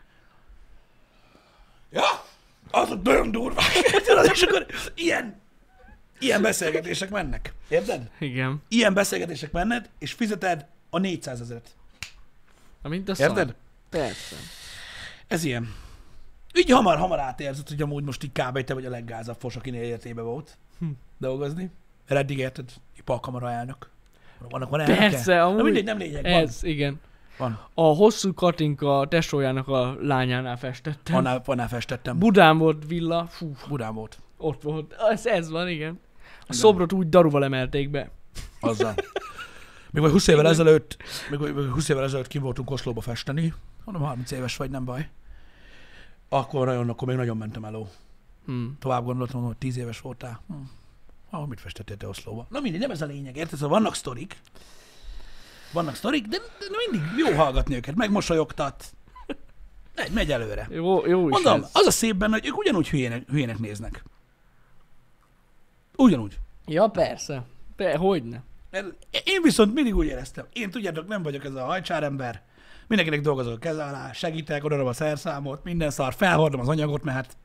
Ja, azok nagyon durvák. Tudod, és akkor ilyen, ilyen beszélgetések mennek. Érted? Igen. Ilyen beszélgetések menned, és fizeted a négyszázezret. Na, mint a Érted? szar. Persze. Ez ilyen. Így hamar-hamar átérzed, hogy amúgy most így kb. Te vagy a leggázabb fos, akinél életébe volt Hm. dolgozni. Mert eddig érted, iparkamara elnök. Vannak, van elnöke? Persze, amúgy. Na mindegy, nem lényeg. Van. Ez, igen. Van. A hosszú Katinka tesójának a lányánál festettem. Annál, annál festettem. Budán volt villa, fú, Budán volt. ott volt. Ez, ez van, igen. A szobrot úgy daruval emelték be. Azzal. Még vagy húsz évvel ezelőtt, még vagy húsz évvel ezelőtt kim voltunk Oszlóba festeni. Mondom, harminc éves vagy, nem baj. Akkor nagyon, akkor még nagyon mentem elő. Hm. Tovább gondoltam, hogy tíz éves voltál. Hm. Ah, mit festettél te Oszlóba? Na mindig, nem ez a lényeg, érted? Szóval vannak sztorik, vannak sztorik, de, de mindig jó hallgatni őket, megmosolyogtat. Megy, megy előre. Jó, jó is Mondom, ez. az a szép benne, hogy ők ugyanúgy hülyének, hülyének néznek. Ugyanúgy. Ja, persze. De hogyne. Mert én viszont mindig úgy éreztem, én tudjátok, nem vagyok ez a hajcsárember, mindenkinek dolgozok a keze alá, segítek, odaadom a szerszámot, minden szar, felhordom az anyagot, mert hát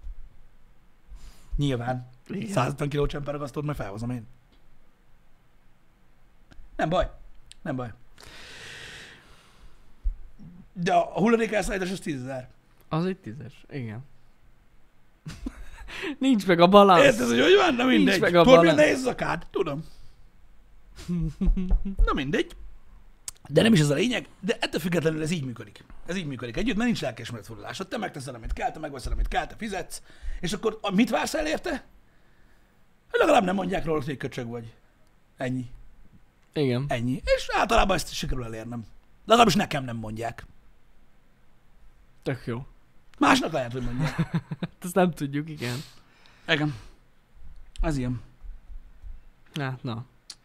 nyilván Igen. száz ötven kiló csemperagasztót majd felhozom én. Nem baj, nem baj. De a hulladék elszállítás az tízezer. Az egy tízes, igen. Nincs meg a balansz. Érted, hogy hogy van? Na mindegy. Nincs meg a Tudod, milyen balansz. nehéz az a kád? Tudom. Na mindegy. De nem is ez a lényeg, de ettől függetlenül ez így működik. Ez így működik együtt, mert nincs lelkiismeretfordulásod. Te megteszed, amit kell, te megveszed, amit kell, te fizetsz, és akkor a- mit vársz el érte? Legalább nem mondják róla, hogy köcsög vagy. Ennyi. Igen. Ennyi. És általában ezt sikerül elérnem. Legalábbis nekem nem mondják. Tök jó. Másnak lehet, hogy mondják. Ezt nem tudjuk, igen. Igen. Ez ilyen. Hát, na.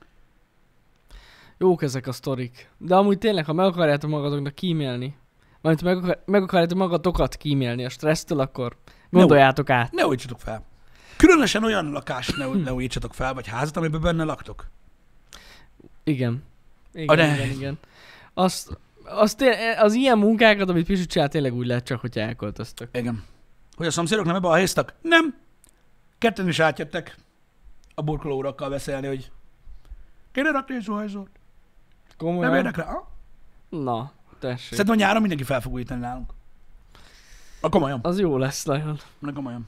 Jók ezek a sztorik. De amúgy tényleg, ha meg akarjátok magatoknak kímélni, majd meg, akar, meg akarjátok magatokat kímélni a stressztől, akkor gondoljátok át. Ne újítsatok fel. Különösen olyan lakást ne, ne újítsatok fel, vagy házat, amiben benne laktok. Igen. Igen, A ne- igen, igen. Azt, azt, té- az ilyen munkákat, amit Pisu csinál, tényleg úgy lehet csak, hogyha elköltöztök. Igen. Hogy a szomszédok nem ebbe a héztak? Nem. Ketten is átjöttek a burkoló urakkal beszélni, hogy kéne rakni egy zuhanyzót. Nem Komolyan? érdekel? Ah? Na, tessék. Szerintem a nyáron mindenki fel fog újítani nálunk. A komolyan. Az jó lesz nagyon. Na komolyan.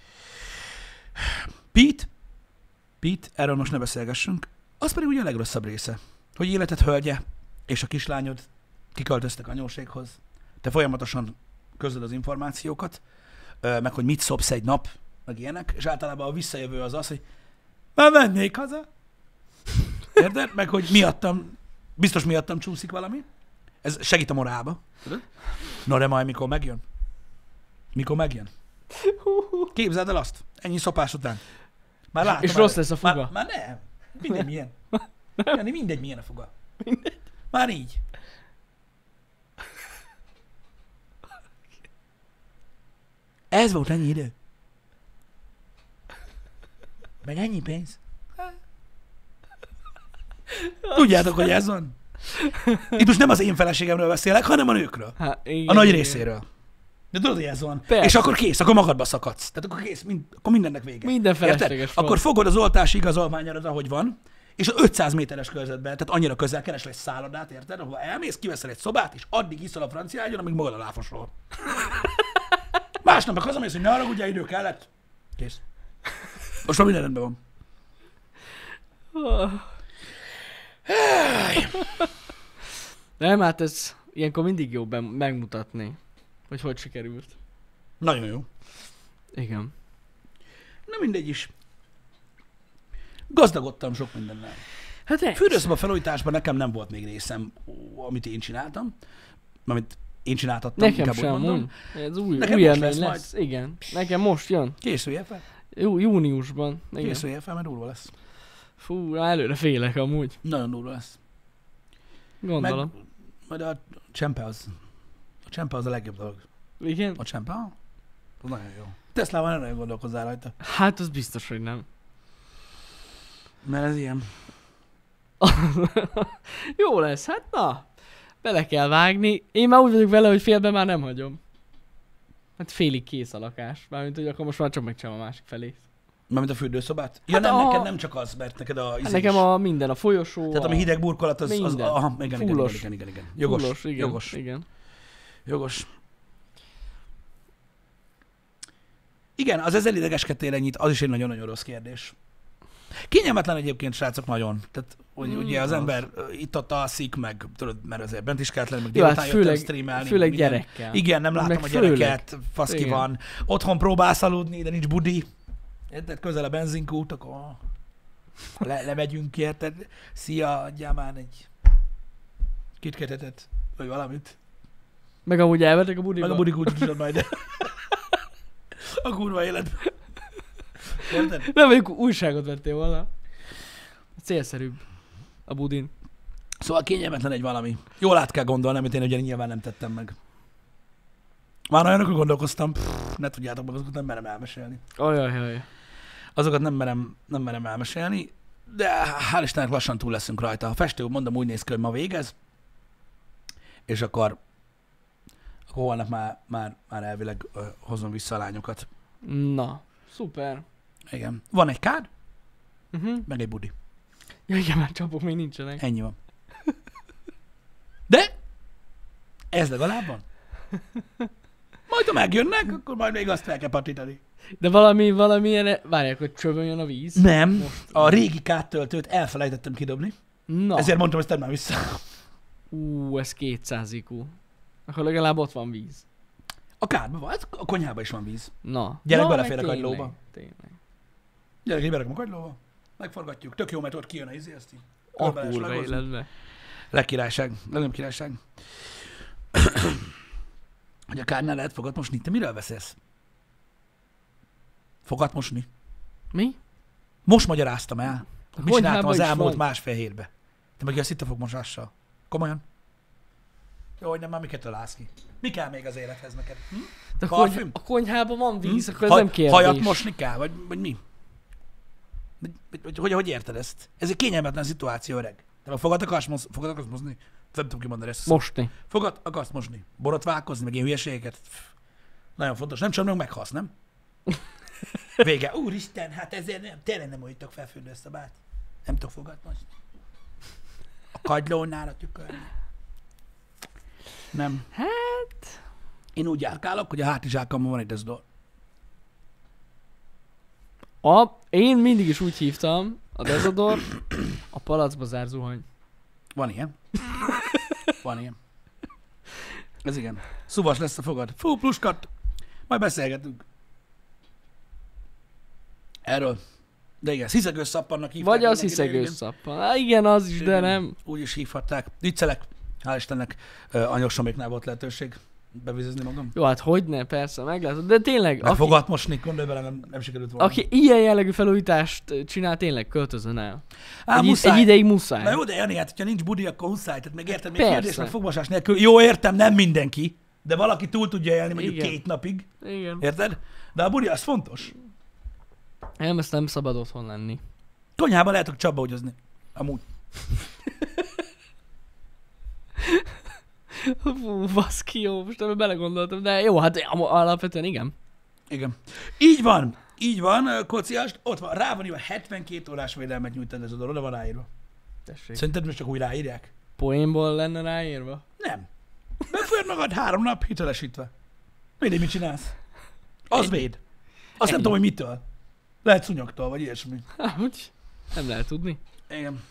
Pete, Pete, erről most ne beszélgessünk, az pedig ugye a legrosszabb része, hogy életed hölgye és a kislányod kiköltöztek anyóséghoz. Te folyamatosan közöd az információkat, ö, meg hogy mit szopsz egy nap, meg ilyenek, és általában a visszajövő az az, hogy már mennék haza. Érted? Meg hogy miattam, biztos miattam csúszik valami. Ez segít a morálba. Tudod? No, de majd mikor megjön? Mikor megjön? Képzeld el azt. Ennyi szopás után. Már látom. És rossz lesz a fuga. Már, már nem. Mindegy milyen. Jani, mindegy milyen a fuga. Már így. Ez volt ennyi idő. Meg ennyi pénz. Tudjátok, hogy ez van? Itt most nem az én feleségemről beszélek, hanem a nőkről. Hát, igen, A nagy igen. részéről. De tudod, hogy ez van. Persze. És akkor kész, akkor magadba szakadsz. Tehát akkor kész, mind, akkor mindennek vége. Minden Érted? felesleges volt. Akkor fogod az oltási igazolványodat, ahogy van, és az ötszáz méteres körzetben, tehát annyira közel keresel egy szállodát, érted? Ahol elmész, kiveszel egy szobát, és addig iszol a francia ágyon, amíg magad a láfosról. Másnap meg hazamész, hogy ne haragudjál, idő kellett. Kész. Most már minden rendben van. Nem, hát ez ilyenkor mindig jó be- megmutatni, hogy hogy sikerült. Nagyon jó. Igen. Na mindegy is. Gazdagodtam sok mindennel. Hát egy. Fürdőszoba felújításban nekem nem volt még részem, ó, amit én csináltam. Amit én csináltattam, Nekem inkább úgy sem, mondom. úgy. Ez új, Nekem új most élmény lesz lesz, igen. Nekem most jön. Készülje fel. Jú, júniusban. Igen. Készülje fel, mert durva lesz. Fú, előre félek amúgy. Nagyon durva lesz. Gondolom. Meg, majd a csempe az. A csempe az a legjobb dolog. Igen? A csempe, ah, az nagyon jó. Teslában nem nagyon gondolkozzál rajta. Hát az biztos, hogy nem. Mert ez ilyen. Jó lesz, hát na. Bele kell vágni. Én már úgy vagyok vele, hogy félbe már nem hagyom. Hát félig kész a lakás. Mármint, hogy akkor most már csak megcsinálom a másik felét. Mármint a fürdőszobát? Ja Hát nem, a- neked nem csak az, mert neked a Hát izé nekem is. a minden, a folyosó. Tehát a... ami hideg burkolat, az, az Minden. aha, igen, igen, igen, Fullos. igen, igen, igen. Jogos, Fullos, igen, jogos, igen. jogos. Igen, az ezzel idegeskedtél ennyit, az is egy nagyon-nagyon rossz kérdés. Kényelmetlen egyébként, srácok, nagyon. Tehát, hogy Mm, ugye az az. ember ö, itt ott alszik, meg tudod, mert azért bent is kellett lenni, meg Jó, hát délután jöttem főleg, streamelni. főleg meg minden. gyerekkel. Igen, nem látom Meg a főleg. gyereket, faszki Igen. van. Otthon próbálsz aludni, de nincs budi. Érted? Közel a benzinkút, akkor le, lemegyünk ki, érted? Szia, adjál már egy kitketetet, vagy valamit. Meg amúgy elvetek a budiba. Meg a budikút tudod majd. A kurva életben. Érted? Nem, mondjuk újságot vettél volna. Célszerűbb. A budin. Szóval kényelmetlen egy valami. Jól át kell gondolni, amit én ugye nyilván nem tettem meg. Már olyanokon gondolkoztam, pff, ne tudjátok meg, azokat nem merem elmesélni. Ajajaj. Azokat nem merem, nem merem elmesélni, de hál' Istennek lassan túl leszünk rajta. A festő, mondom, úgy néz ki, hogy ma végez, és akkor, akkor holnap már, már, már elvileg ö, hozom vissza a lányokat. Na, szuper. Igen. Van egy kád, Uh-huh. meg egy budi. Ja, igen, már csapok még nincsenek. Ennyi van. De ez legalább van. Majd ha megjönnek, akkor majd még azt fel kell patítani. De valami, valamilyen, várják, hogy csövöljön a víz. Nem, Most. a régi káttöltőt elfelejtettem kidobni. Na, Ezért mondtam, hogy ezt tedd már vissza. ú, ez kétszáz I Q. Akkor legalább ott van víz. A kádban van, a konyhában is van víz. Na. Gyerek, Na, belefér meg a kagylóba. tényleg, Tényleg. Gyerek, így berakom a kagylóba. Megforgatjuk. Tök jó, mert ott kijön a izé, azt így. A körbe lehet kurva slagozni. életbe. Legkirályság, legnagyobb királyság. Hogy a kádnál lehet fogat mosni. Te miről beszélsz? Fogat mosni? Mi? Most magyaráztam el. A Mit csináltam konyhában az is elmúlt van. másfél hétbe? Te meg azt itt a fogmosással. Komolyan? Jó, hogy nem, már miket találsz ki. Mi kell még az élethez neked? Hm? De a, Parfüm? kony- a konyhában van víz, Hm? akkor ez Ha- nem kérdés. Hajat mosni kell, vagy, vagy mi? Vagy, vagy, vagy, hogy, hogy érted ezt? Ez egy kényelmetlen szituáció, öreg. Te meg fogad akarsz, mos, fogad akarsz mosni? Nem tudom kimondani ezt. Mosni. Fogad akarsz mosni? Borotválkozni, meg ilyen hülyeségeket? Pff, nagyon fontos. Nem csak meg meghalsz, nem? Vége. Úristen, hát ezért nem, tényleg nem újítok fel fürdőszobát. Nem tudok fogad mosni. A kagylónál a tükörni. Nem. Hát... Én úgy járkálok, hogy a hátizsákomban van egy dezdor. A, én mindig is úgy hívtam a Dezodor, a palacba zár zuhany. Van ilyen. Van ilyen. Ez igen. Szuvas lesz a fogad. Fú, pluskat. Majd beszélgetünk. Erről. De igen, sziszegős szappannak hívták. Vagy az annak idején, hiszegős igen. szappan. Há, igen, az is, de Igen. nem. Úgy is hívhatták. Viccelek. Hál' Istennek uh, anyagsoméknál volt lehetőség bevizezni magam. Jó, hát hogyne, persze, meglátod. De tényleg, Meg aki, fogat mosni, gondolj bele, nem, nem sikerült volna. aki ilyen jellegű felújítást csinál, tényleg költözön el. Á, egy, muszáj. egy ideig muszáj. Na jó, de Jani, hát hogyha nincs budi, akkor muszáj. Tehát még érted, még Persze. kérdés, meg fogmosás nélkül. Jó, értem, nem mindenki, de valaki túl tudja élni mondjuk Igen. két napig. Igen. Érted? De a budi az fontos. Nem, ezt nem szabad otthon lenni. Konyhában lehetek csapbaugyozni. Amúgy. Fú, baszki, jó, most ebben belegondoltam, de jó, hát alapvetően igen. Igen. Így van. Így van, ö, kociast. Ott van. Rá van írva hetvenkét órás védelmet nyújtani ez a dolog. Oda van ráírva. Tessék. Szerinted most csak úgy ráírják? Poénból lenne ráírva? Nem. Megfolyad magad három nap hitelesítve. Mindig mit csinálsz? Az véd. Azt nem Ennyi. tudom, hogy mitől. Lehet szúnyogtól, vagy ilyesmi. Há, úgy? Nem lehet tudni. Igen.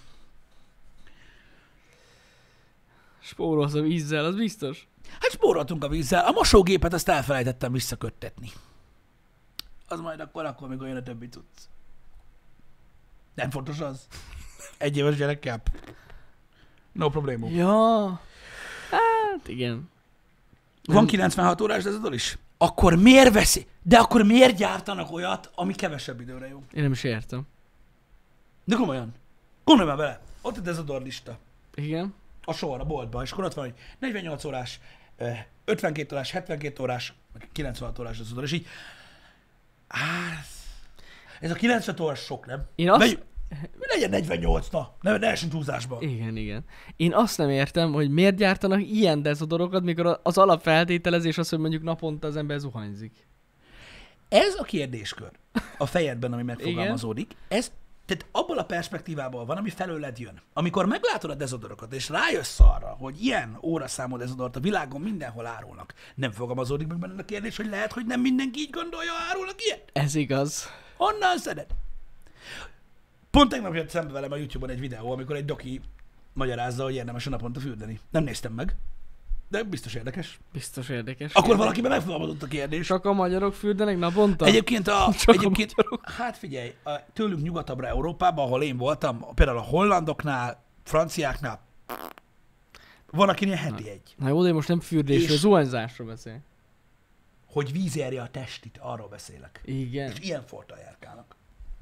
Spórolsz a vízzel, az biztos. Hát spóroltunk a vízzel. A mosógépet azt elfelejtettem visszaköttetni. Az majd akkor, akkor, amikor jön a többi tudsz. Nem fontos az. Egy éves gyerekkel. No problémó. Ja. Hát igen. Van kilencvenhat órás dezodor is? Akkor miért veszi? De akkor miért gyártanak olyat, ami kevesebb időre jó? Én nem is értem. De komolyan. Gondolj már bele. Ott a dezodor lista. Igen. A sor, a boltban. És akkor ott van, hogy negyvennyolc órás, ötvenkét órás, hetvenkét órás, meg kilencvenhat órás dezodor. És így... Á, ez a kilencvenhat órás sok, nem? Én azt... Megy... Mi legyen negyvennyolc, na? Ne, ne esünk túlzásba. Igen, igen. Én azt nem értem, hogy miért gyártanak ilyen dezodorokat, mikor az alapfeltételezés az, hogy mondjuk naponta az ember zuhanyzik. Ez a kérdéskör a fejedben, ami megfogalmazódik, ez, tehát abból a perspektívából van, ami felőled jön. Amikor meglátod a dezodorokat, és rájössz arra, hogy ilyen óraszámú dezodort a világon mindenhol árulnak, nem fogalmazódik meg benned a kérdés, hogy lehet, hogy nem mindenki így gondolja, árulnak ilyet? Ez igaz. Honnan szeded? Pont tegnap jött szembe velem a YouTube-on egy videó, amikor egy doki magyarázza, hogy érdemes a naponta fürdeni. Nem néztem meg, de biztos érdekes. Biztos érdekes. Akkor kérdés. valakiben megfogalmazott a kérdés. Csak a magyarok fürdenek naponta? Egyébként, a, Csak a egyébként magyarok. hát figyelj, a, tőlünk nyugatabbra Európában, ahol én voltam, például a hollandoknál, franciáknál, van, akinél heti egy. Na jó, de én most nem fürdésről, És- zuhanyzásról beszél. Hogy víz érje a testit, arról beszélek. Igen. És ilyen fortal járkálnak.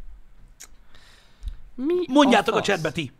Mi Mondjátok a, fasz? chatbe ti,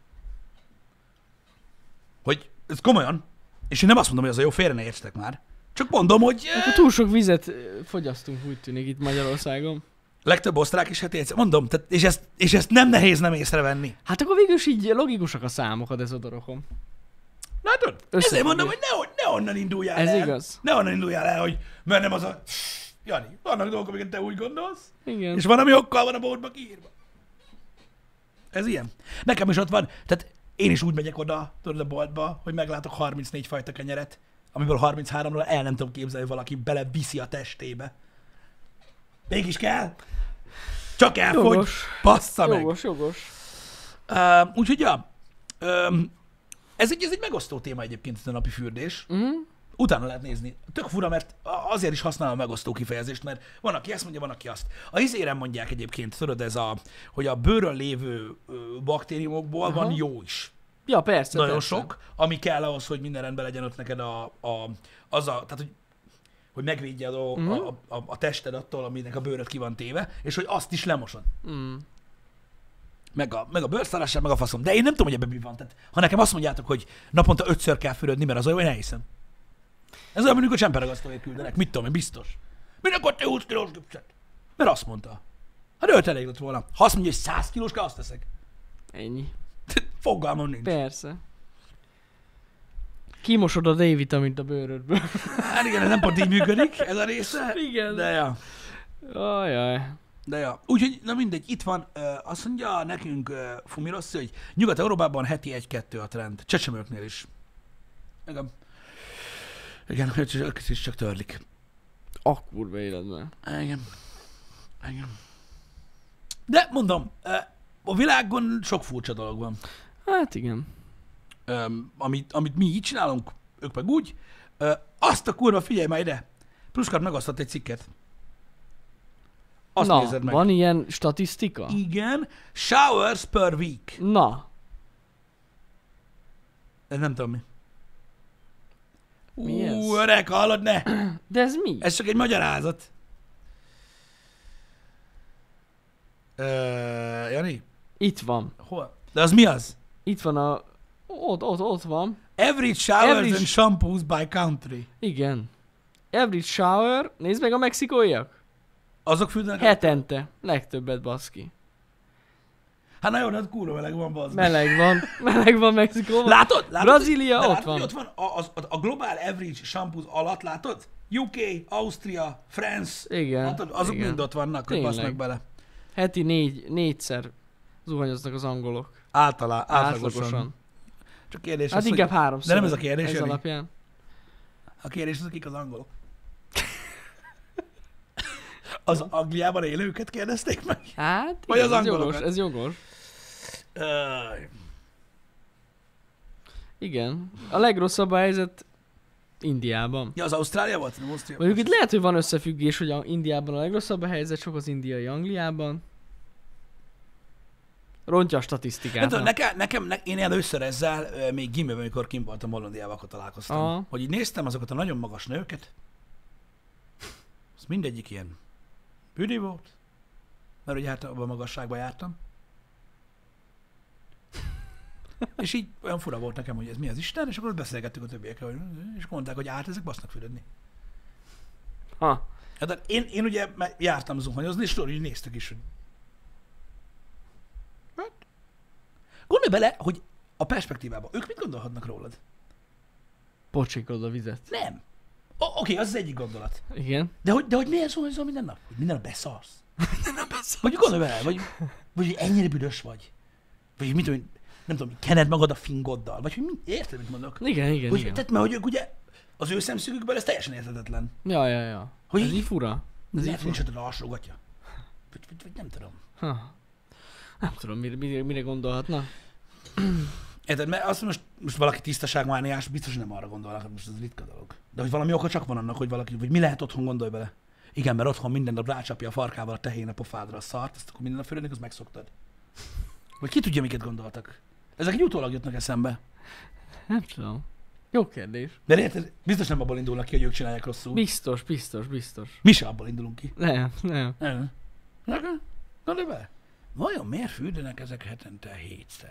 hogy ez komolyan, és én nem azt mondom, hogy az a jó, félre ne értsetek már. Csak mondom, hogy Akkor túl sok vizet ö, fogyasztunk, úgy tűnik itt Magyarországon. legtöbb osztrák is heti egyszer. Mondom, tehát, és, ezt, és ezt nem nehéz nem észrevenni. Hát akkor végül is így logikusak a számok a dezodorokon. Na tudod, ezért Összefüggés. mondom, hogy ne, ne onnan induljál Ez el. igaz. Ne onnan induljál el, hogy mert nem az a... Jani, vannak dolgok, amiket te úgy gondolsz, Igen. és van, ami okkal van a boltba kiírva. Ez ilyen. Nekem is ott van, tehát én is úgy megyek oda, tudod, a boltba, hogy meglátok harmincnégy fajta kenyeret, amiből harminchárom-ról el nem tudom képzelni, hogy valaki beleviszi a testébe. Mégis kell. Csak elfogy. Jogos. Bassza meg. Jogos, jogos. Uh, úgyhogy, ja, um, ez, egy, ez egy megosztó téma egyébként, ez a napi fürdés. Mm. Utána Utána lehet nézni. Tök fura, mert azért is használom a megosztó kifejezést, mert van, aki ezt mondja, van, aki azt. A izérem mondják egyébként, tudod, ez a, hogy a bőrön lévő ö, baktériumokból Aha. van jó is. Ja, persze. Nagyon persze. sok, ami kell ahhoz, hogy minden rendben legyen ott neked a, a, az a, tehát hogy, hogy megvédje a, Mhm. a, a, a tested attól, aminek a bőröd ki van téve, és hogy azt is lemosod. Mm. Meg a, meg a bőrszállással, meg a faszom. De én nem tudom, hogy ebben mi van. Tehát, ha nekem azt mondjátok, hogy naponta ötször kell fürödni, mert az olyan, én elhiszem. Ez olyan, mondjuk a csemperagasztóért küldenek. Mit tudom én, biztos. Minek ott húsz kilós gipszet? Mert azt mondta. Hát öt elég lett volna. Ha azt mondja, hogy száz kilós kell, azt teszek. Ennyi. Fogalmam nincs. Persze. Kimosod a D-vitamint a bőrödből. Hát igen, ez nem pont így működik, ez a része. Igen. De ja. Ajaj. De ja. Úgyhogy, na mindegy, itt van, ö, azt mondja nekünk uh, Fumi Rossi, hogy Nyugat-Európában heti egy-kettő a trend. Csecsemőknél is. Igen. Igen, ők is csak törlik. A kurva életben. Igen. Igen. De mondom, ö, a világon sok furcsa dolog van. Hát igen. Öm, amit, amit mi így csinálunk, ők meg úgy. Ö, azt a kurva, figyelj már ide! Pluszkart megosztott egy cikket. Azt Na, nézed meg. van ilyen statisztika? Igen. Showers per week. Na. Ez nem tudom mi. Mi ez? Ú, öreg, hallod, ne! De ez mi? Ez csak egy magyarázat. Ö, Jani? Itt van. Hol? De az mi az? Itt van a... Ott, ott, ott van. Average showers Average- and shampoos by country. Igen. Every shower, nézd meg a mexikóiak. Azok fürdenek? Hetente. Legtöbbet, baszki. Hát na jó, hát kurva meleg van, bazd. Meleg van. Meleg van Mexikóban. Látod? látod? Brazília, De ott látod, van. hogy ott van a, a, a Global Average shampoos alatt, látod? U K, Ausztria, France. Igen. Látod? Azok igen. mind ott vannak, hogy Tényleg. basznak bele. Heti négy, négyszer zuhanyoznak az angolok. Általá, átlagosan. Átlagosan. Csak kérdés Hát az, inkább hogy háromszor. de nem ez a kérdés, Ez Jani? alapján. a kérdés az, akik az angolok. Az Angliában élőket kérdezték meg? Hát, Vagy igen, az ez jogos, angolokat? ez jogos. Öj. Igen. A legrosszabb a helyzet Indiában. Ja, az Ausztrália volt? Nem Ausztria? Mondjuk itt lehet, hogy van összefüggés, hogy a Indiában a legrosszabb a helyzet, sok az indiai Angliában. Rontja a statisztikát. Hát, tudod, na. nekem, nekem ne, én először ezzel ö, még gimben, amikor kint voltam Hollandiában, akkor találkoztam. Aha. Hogy így néztem azokat a nagyon magas nőket, az mindegyik ilyen büdi volt, mert ugye hát abban a magasságban jártam. És így olyan fura volt nekem, hogy ez mi az Isten, és akkor ott beszélgettük a többiekkel, hogy, és mondták, hogy át ezek basznak fürödni. Ha. Hát én, én ugye már jártam zuhanyozni, és tudod, hogy néztük is, hogy hát, gondolj bele, hogy a perspektívában ők mit gondolhatnak rólad? Pocsikod a vizet. Nem. O- Oké, okay, az az egyik gondolat. Igen. De hogy, de hogy miért zuhanyzol minden nap? Hogy minden nap beszarsz? Minden nap beszarsz? Vagy gondolj bele, vagy, vagy hogy ennyire büdös vagy. Vagy mit tudom, én, nem tudom, kened magad a fingoddal. Vagy hogy mi, érted, mit mondok? Igen, igen, Hogy, igen. tehát, mert hogy ők ugye az ő szemszögükből ez teljesen érthetetlen. Ja, ja, ja. Hogy Ez így- így fura. Ez így Lehet, hogy fura. nincs ott a alsógatja. Vagy, vagy, vagy nem tudom. Ha. Nem tudom, mire, mire, mire gondolhatna. Érted, mert azt most, most valaki tisztaságmániás, biztos, hogy nem arra gondolnak, hogy most ez ritka dolog. De hogy valami oka csak van annak, hogy valaki, vagy mi lehet otthon, gondolj bele. Igen, mert otthon minden nap rácsapja a farkával a tehén a pofádra a szart, azt akkor minden nap fölönnek, az megszoktad. Vagy ki tudja, miket gondoltak. Ezek egy utólag jutnak eszembe. Nem tudom. Jó kérdés. De érted, biztos nem abból indulnak ki, hogy ők csinálják rosszul. Biztos, biztos, biztos. Mi se abból indulunk ki. Nem, nem. Nem. Nem. Gondolj bele. Vajon miért fürdenek ezek hetente hétszer?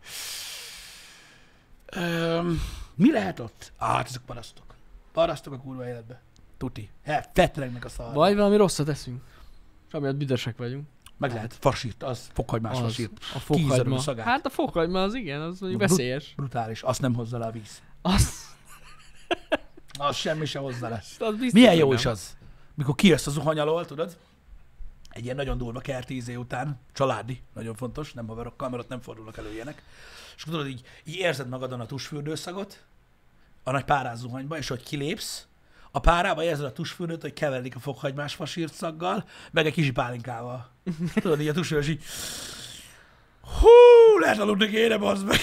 Öm, mi lehet ott? Á, hát ezek parasztok. Parasztok a kurva életbe. Tuti. He, fettelegnek a szarra. Vagy valami rosszat eszünk. És amiatt büdösek vagyunk. Meg lehet. Fasírt, az fokhagymás Az, fasírt. a Kízerő fokhagyma. szagát. Hát a fokhagyma az igen, az mondjuk Brut- veszélyes. Brutális. Azt nem hozza le a víz. Az, Az semmi se hozza le. az biztos, Milyen hogy jó nem. is az, mikor kijössz a zuhany alól, tudod? Egy ilyen nagyon durva kerti ízé után, családi, nagyon fontos, nem haverokkal, mert ott nem fordulnak elő ilyenek. És akkor tudod, így, így érzed magadon a tusfürdőszagot, a nagy párázzuhanyba, és hogy kilépsz, a párába érzed a tusfürdőt, hogy keveredik a fokhagymás fasírt szaggal, meg egy kicsi pálinkával. Tudod, így a tusfürdő, így hú, lehet aludni kéne, bazd meg.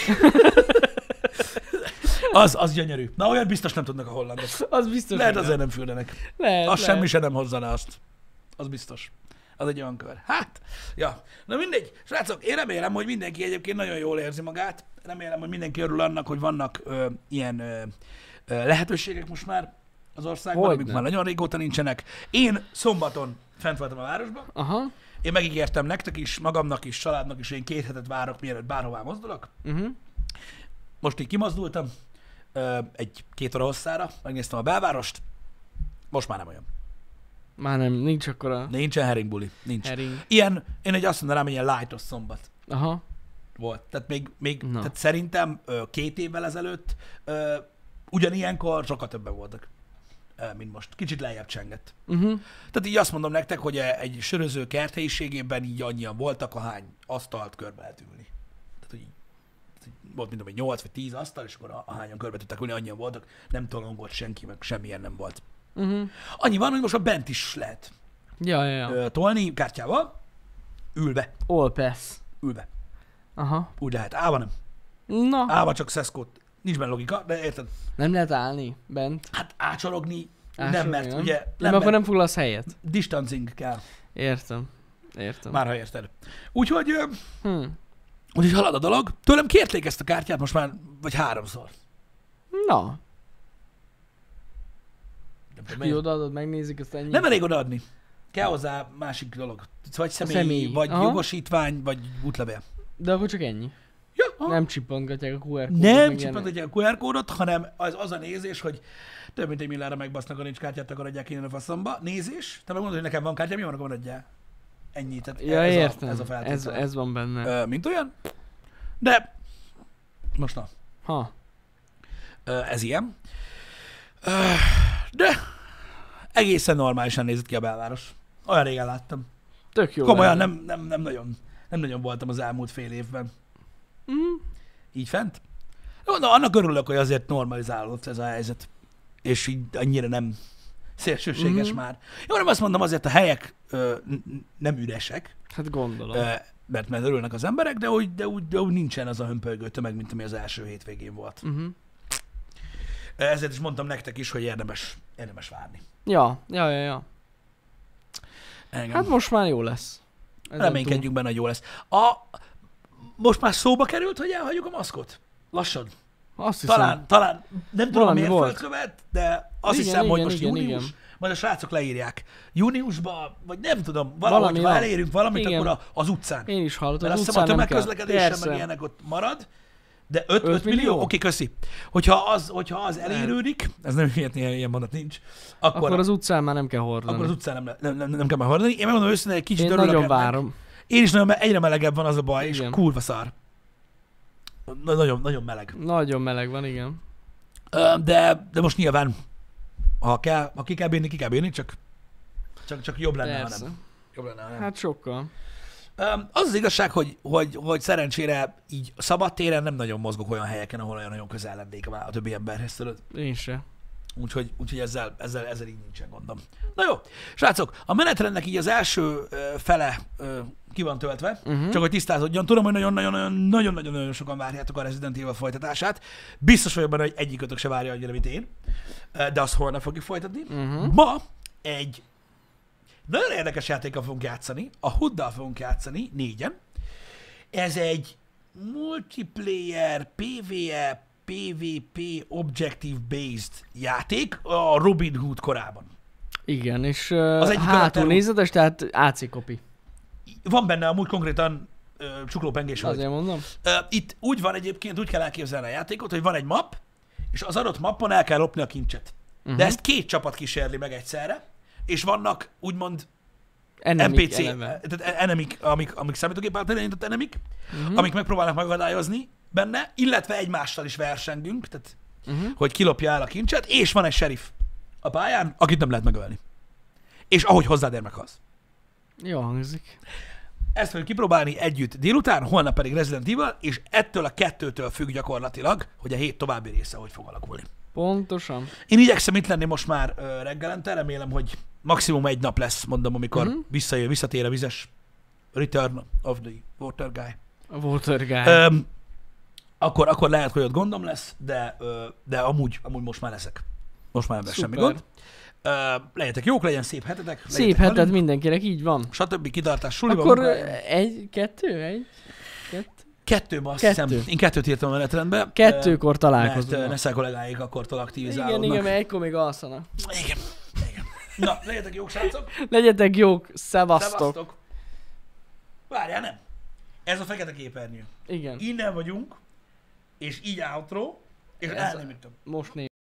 Az, az gyönyörű. Na, olyan biztos nem tudnak a hollandok. Az biztos. Lehet hogy azért nem fürdenek. Lehet, Az lehet. semmi se nem hozza le azt. Az biztos. Az egy olyan kör. Hát, ja. Na mindegy. Srácok, én remélem, hogy mindenki egyébként nagyon jól érzi magát. Remélem, hogy mindenki örül annak, hogy vannak ö, ilyen ö, ö, lehetőségek most már az országban, Hogyne. amik már nagyon régóta nincsenek. Én szombaton fent voltam a városban. Aha. Én megígértem nektek is, magamnak is, családnak is, én két hetet várok, mielőtt bárhová mozdulok. Uh-huh. Most így kimozdultam, ö, egy két óra hosszára, megnéztem a belvárost, most már nem olyan. Már nem, nincs akkora Nincsen heringbuli, nincs. hering. Ilyen, én egy azt mondanám, hogy ilyen lightos szombat Aha. volt. Tehát még, még Na. tehát szerintem ö, két évvel ezelőtt ö, ugyanilyenkor sokkal többen voltak, ö, mint most. Kicsit lejjebb csengett. Uh-huh. Tehát így azt mondom nektek, hogy egy söröző kerthelyiségében így annyian voltak, ahány asztalt körbe lehet ülni. Tehát, hogy így, volt mint egy nyolc vagy tíz asztal, és akkor ahányan körbe tudtak ülni, annyian voltak, nem tolongott senki, meg semmilyen nem volt. Uh-huh. Annyi van, hogy most a bent is lehet Ja, ja, ja. ö, tolni kártyával, ülve, All pass. ülve. Aha. Úgy lehet. Állva nem. Na, Állva csak szeszkót. Nincs benne logika, de érted? nem lehet állni bent. Hát ácsorogni nem, Ácsorogni, mert nem? ugye Nem, nem, nem akkor mert nem foglalsz helyet. distancing kell, Értem. Értem. már ha érted. Úgyhogy, ö, Hm. úgyhogy halad a dolog. Tőlem kérték ezt a kártyát most már, vagy háromszor. Na, Nem, tudom, ki miért. odaadod, megnézik, azt ennyi. Nem elég odaadni. Kell hozzá másik dolog. Vagy személy, személy. vagy Aha. jogosítvány, vagy útlevél. De akkor csak ennyi. Ja, aha. Nem csippantgatják a kú er kódot. Nem meg ilyenek. csipantják a kú er kódot, hanem az, az a nézés, hogy több mint egy milliára megbasznak, ha nincs kártyát, akkor adják innen a faszomba. Nézés, te megmondod, hogy nekem van kártyám, mi van, akkor adjál. Ennyi, tehát Ja, ez, értem. a, ez a ez, feltétel. ez van benne. Ö, mint olyan. De most na, Ha. ö, ez ilyen. Ö, de egészen normálisan nézett ki a belváros. Olyan régen láttam. Tök jó. Komolyan lenne. nem, nem, nem, nagyon, nem nagyon voltam az elmúlt fél évben. Mhm. Így fent. Jó, na, annak örülök, hogy azért normalizálódott ez a helyzet. És így annyira nem szélsőséges Mhm. már. Jó, nem azt mondom, azért a helyek ö, n- n- nem üresek, Hát gondolom. ö, mert, mert örülnek az emberek, de úgy, de, úgy, de úgy nincsen az a hömpölygő tömeg, mint ami az első hétvégén volt. Uh-huh. Ezért is mondtam nektek is, hogy érdemes, érdemes várni. Ja, ja, ja, ja. Engem. Hát most már jó lesz. Ezen Reménykedjünk benne, hogy jó lesz. A, most már szóba került, hogy elhagyjuk a maszkot? Lassan. túl. Azt hiszem. Talán, talán, nem tudom, Valami miért volt. földkövet, de azt Igen, hiszem, hogy igen, most igen, június, igen. majd a srácok leírják. Júniusban, vagy nem tudom, valahogy, Valami ha van. elérünk valamit, Igen. akkor a, az utcán. Én is hallottam. Mert Az azt hiszem a utcán nem kell. tömegközlekedésen, meg Persze. ilyenek ott marad, de öt Öt millió? millió? Oké, köszi. Hogyha az, hogyha az elérődik, ez nem ilyen, ilyen mondat nincs, akkor, Akkor az utcán már nem kell hordani. akkor az utcán nem, nem, nem, nem kell már hordani. Én megmondom őszintén, egy kicsit Én örülök nagyon ennek. várom. Én is nagyon, egyre melegebb van az a baj, és Igen. kurva szar. Na- Nagyon, nagyon meleg. Nagyon meleg van, igen. Ö, De, de most nyilván, ha kell, ha ki kell bírni, ki kell bírni, csak, csak, csak jobb lenne, ha Persze. nem. Jobb lenne, ha nem. Hát sokkal. Öm, Az az igazság, hogy, hogy, hogy szerencsére így szabadtéren nem nagyon mozgok olyan helyeken, ahol olyan nagyon közel lennék a, a többi emberhez, tudod. Én se. Úgyhogy, úgyhogy ezzel, ezzel, ezzel így nincsen gondom. Na jó, srácok, a menetrendnek így az első ö, fele ö, ki van töltve, Uh-huh. csak hogy tisztázódjon. Tudom, hogy nagyon-nagyon-nagyon sokan várjátok a Resident Evil folytatását. Biztos vagyok benne, hogy egyikötök se várja annyira, mint én, Ö, de azt holnap fogjuk folytatni. Uh-huh. Ma egy nagyon érdekes játékkal fogunk játszani, a Hooddal fogunk játszani, négyen. Ez egy multiplayer, pé vé e, pé vé pé Objective-based játék a Robin Hood korában. Igen, és uh, Az egyik hátul karakter- nézetes, tehát á cé kopi. Van benne amúgy konkrétan ö, csuklópengés vagy. Azért mondom. Ö, Itt úgy van egyébként, úgy kell elképzelni a játékot, hogy van egy map, és az adott mappon el kell lopni a kincset. Uh-huh. De ezt két csapat kísérli meg egyszerre, és vannak úgymond Enemik en pé cé, eleve. tehát enemik, amik, amik számítógép által irányított enemik, Uh-huh. amik megpróbálnak megakadályozni benne, illetve egymással is versengünk, tehát Uh-huh. hogy kilopja el a kincset, és van egy sheriff a pályán, akit nem lehet megölni. És ahogy hozzád ér, meghalsz. Jó hangzik. Ezt fogjuk kipróbálni együtt délután, holnap pedig Resident Evil, és ettől a kettőtől függ gyakorlatilag, hogy a hét további része hogy fog alakulni. Pontosan. Én igyekszem itt lenni most már ö, reggelente, remélem, hogy maximum egy nap lesz, mondom, amikor Mhm. visszajön, visszatér a vizes Return of the Water Guy. A Water Guy. Öm, akkor, akkor lehet, hogy ott gondom lesz, de, ö, de amúgy, amúgy most már leszek. Most már ebben semmi Szuper. gond. Ö, legyetek jók, legyen szép hetetek. Szép legyetek heted velünk, mindenkinek, így van. stb. Kitartás, suliban. Akkor munkájában. ö, egy, kettő, egy, kettő. Kettő ma, azt Kettő. hiszem. Én kettőt írtam a menetrendbe. Kettőkor Mert találkozunk. ö, Neszel kollégáik akkortól Igen, aktivizálódnak. igen, mert egykor még alszanak. Igen. Igen. Na, legyetek jók, srácok. Legyetek jók, szevasztok. Szevasztok. Várjál, nem. Ez a fekete képernyő. Igen, Innen vagyunk, és így outro, és Ez- elnémítom. most nézd.